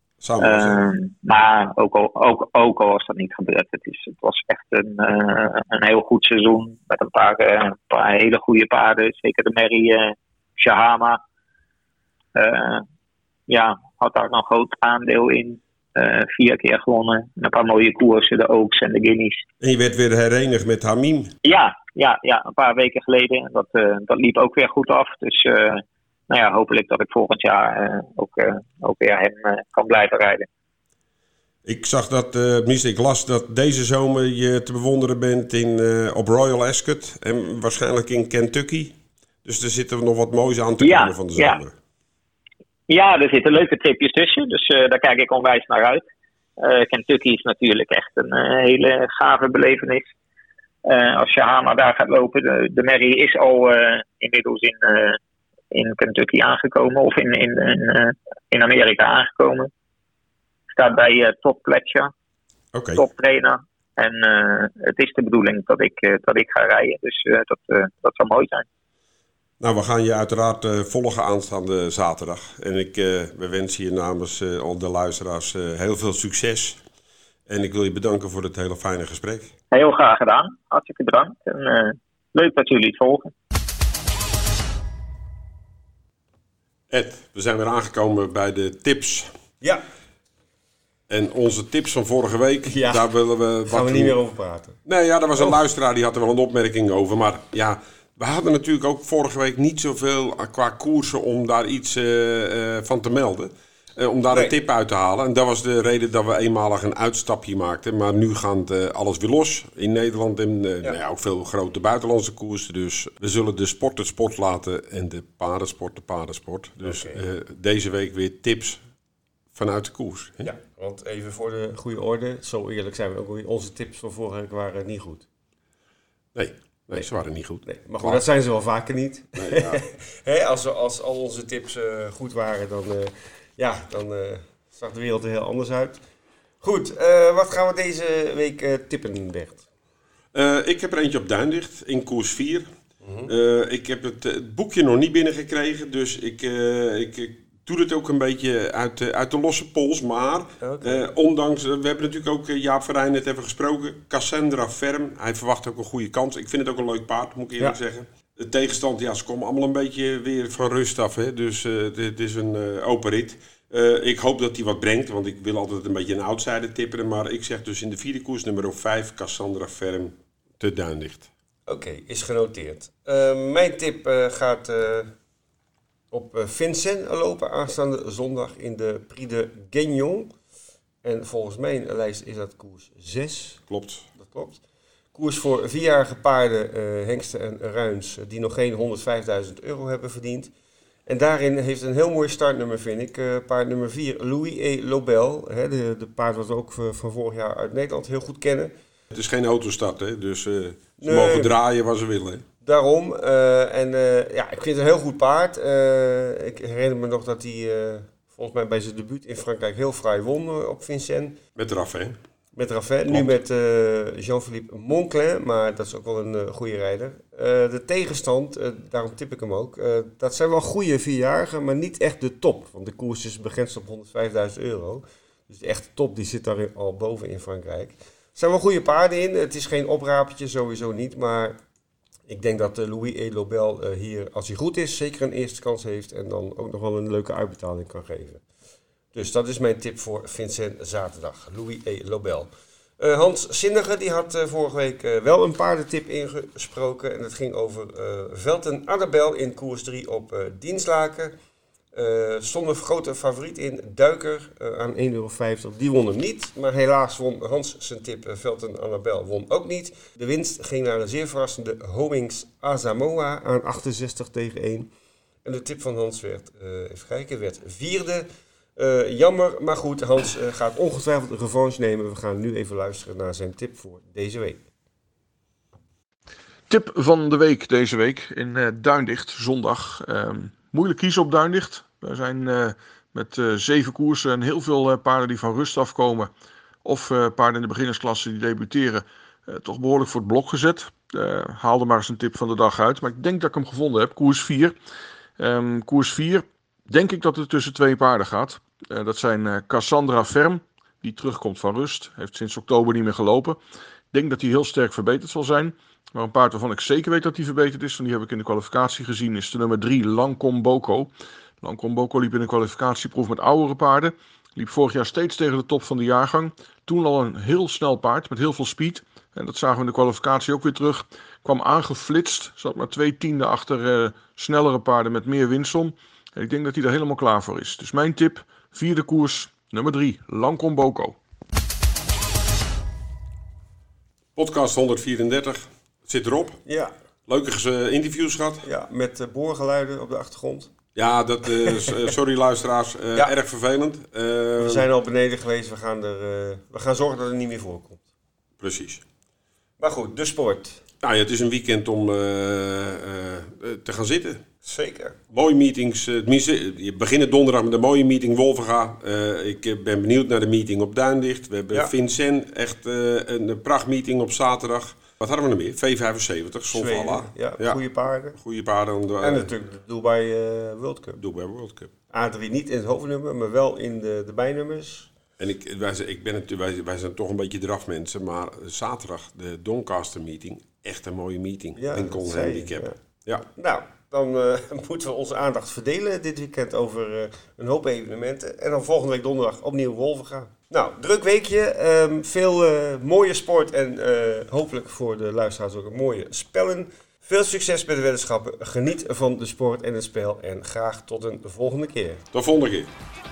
Maar ook al was dat niet gebeurd. Het was echt een heel goed seizoen. Met een paar hele goede paarden. Zeker de Mary Shahama. Had daar nog een groot aandeel in. 4 keer gewonnen. En een paar mooie koersen, de Oaks en de Guineas. En je werd weer herenigd met Hamim. Ja, een paar weken geleden. Dat liep ook weer goed af. Dus hopelijk dat ik volgend jaar ook weer hem kan blijven rijden. Ik zag ik las dat deze zomer je te bewonderen bent op Royal Ascot en waarschijnlijk in Kentucky. Dus er zitten nog wat moois aan te komen van de zomer. Ja, er zitten leuke tripjes tussen, dus daar kijk ik onwijs naar uit. Kentucky is natuurlijk echt een hele gave belevenis. Als Shahama daar gaat lopen, de Mary is al inmiddels in Kentucky aangekomen of in Amerika aangekomen. Staat bij Top Pletcher, top trainer. En het is de bedoeling dat ik ga rijden, dus dat zou mooi zijn. Nou, we gaan je uiteraard volgen aanstaande zaterdag. En we wensen je namens al de luisteraars heel veel succes. En ik wil je bedanken voor het hele fijne gesprek. Heel graag gedaan. Hartstikke bedankt. En leuk dat jullie het volgen. Ed, we zijn weer aangekomen bij de tips. Ja. En onze tips van vorige week, daar willen we... Gaan we niet meer over praten. Nee, ja, er was een luisteraar, die had er wel een opmerking over. Maar ja, we hadden natuurlijk ook vorige week niet zoveel qua koersen om daar iets van te melden. Om daar een tip uit te halen. En dat was de reden dat we eenmalig een uitstapje maakten. Maar nu gaat alles weer los in Nederland en ook veel grote buitenlandse koersen. Dus we zullen de sport laten en de paardensport de paardensport. Dus deze week weer tips vanuit de koers. Hè? Ja, want even voor de goede orde. Zo eerlijk zijn we ook weer. Onze tips van vorige week waren niet goed. Nee, ze waren niet goed. Nee, maar goed, dat zijn ze wel vaker niet. Nee, ja. Als al onze tips goed waren, dan zag de wereld er heel anders uit. Goed, wat gaan we deze week tippen, Bert? Ik heb er eentje op Duindicht in koers 4. Ik heb het boekje nog niet binnengekregen, dus ik doe het ook een beetje uit de losse pols. Maar ondanks, we hebben natuurlijk ook Jaap van Rijn net even gesproken. Cassandra Ferm, hij verwacht ook een goede kans. Ik vind het ook een leuk paard, moet ik eerlijk zeggen. De tegenstand, ze komen allemaal een beetje weer van rust af. Hè? Dus dit is een open rit. Ik hoop dat hij wat brengt, want ik wil altijd een beetje een outsider tipperen. Maar ik zeg dus in de vierde koers nummer 5, Cassandra Ferm te Duindicht. Oké, is genoteerd. Mijn tip gaat op Vincennes lopen aanstaande zondag in de Prix de Guignon. En volgens mijn lijst is dat koers 6. Klopt. Dat klopt. Koers voor 4-jarige paarden, hengsten en ruins, die nog geen €105.000 hebben verdiend. En daarin heeft een heel mooi startnummer, vind ik. Paard nummer 4, Louis E. Lobel. De paard wat we ook van vorig jaar uit Nederland heel goed kennen. Het is geen autostart, hè? Dus ze mogen draaien waar ze willen. Hè? Daarom. Ik vind het een heel goed paard. Ik herinner me nog dat hij volgens mij bij zijn debuut in Frankrijk heel fraai won op Vincennes. Met Raffin. Met Raffin, nu met Jean-Philippe Monclin, maar dat is ook wel een goede rijder. De tegenstand, daarom tip ik hem ook, dat zijn wel goede 4-jarigen, maar niet echt de top. Want de koers is begrensd op €105.000. Dus de echte top die zit daar al boven in Frankrijk. Er zijn wel goede paarden in, het is geen opraapje, sowieso niet. Maar ik denk dat Louis E. Lobel hier, als hij goed is, zeker een eerste kans heeft. En dan ook nog wel een leuke uitbetaling kan geven. Dus dat is mijn tip voor Vincennes zaterdag. Louis E. Lobel. Hans Zindige die had vorige week wel een paardentip ingesproken. En het ging over Velten Adabel in koers 3 op Dienstlaken. Stond een grote favoriet in, Duiker, aan €1,50. Die won hem niet. Maar helaas won Hans zijn tip, Velten Adabel won ook niet. De winst ging naar een zeer verrassende Homings Asamoah aan 68-1. En de tip van Hans werd, werd 4e. Jammer, maar goed, Hans gaat ongetwijfeld een revanche nemen. We gaan nu even luisteren naar zijn tip voor deze week. Tip van de week deze week in Duindicht, zondag. Moeilijk kiezen op Duindicht. We zijn met 7 koersen en heel veel paarden die van rust afkomen. Of paarden in de beginnersklasse die debuteren. Toch behoorlijk voor het blok gezet. Haalde maar eens een tip van de dag uit. Maar ik denk dat ik hem gevonden heb. Koers 4. Koers 4 denk ik dat het tussen 2 paarden gaat. Dat zijn Cassandra Ferm, die terugkomt van rust. Heeft sinds oktober niet meer gelopen. Ik denk dat hij heel sterk verbeterd zal zijn. Maar een paard waarvan ik zeker weet dat hij verbeterd is, want die heb ik in de kwalificatie gezien, is de nummer 3, Lancome Boko. Lancome Boko liep in de kwalificatieproef met oudere paarden. Liep vorig jaar steeds tegen de top van de jaargang. Toen al een heel snel paard met heel veel speed. En dat zagen we in de kwalificatie ook weer terug. Kwam aangeflitst, zat maar 2/10 achter snellere paarden met meer winstom. En ik denk dat hij er helemaal klaar voor is. Dus mijn tip, 4e koers, nummer 3, Lancome Boko. Podcast 134, het zit erop. Ja. Leuke interviews gehad. Ja, met boorgeluiden op de achtergrond. Ja, sorry luisteraars, erg vervelend. We zijn al beneden geweest, we gaan zorgen dat het niet meer voorkomt. Precies. Maar goed, de sport. Nou ja, het is een weekend om te gaan zitten. Zeker. Mooie meetings. Je begint donderdag met een mooie meeting Wolvenga. Ik ben benieuwd naar de meeting op Duindicht. We hebben Vincennes, echt een prachtmeeting op zaterdag. Wat hadden we nog meer? V75, Solvalla. Ja, goede paarden. Goede paarden. En natuurlijk de Dubai World Cup. Dubai World Cup. A3 niet in het hoofdnummer, maar wel in de bijnummers. En wij zijn toch een beetje drafmensen, maar zaterdag de Doncaster meeting, echt een mooie meeting. Lincoln Handicap. Ja. Nou, dan moeten we onze aandacht verdelen dit weekend over een hoop evenementen. En dan volgende week donderdag opnieuw Wolvenga. Nou, druk weekje. Veel mooie sport en hopelijk voor de luisteraars ook een mooie spellen. Veel succes met de weddenschappen. Geniet van de sport en het spel. En graag tot een volgende keer. Tot volgende keer.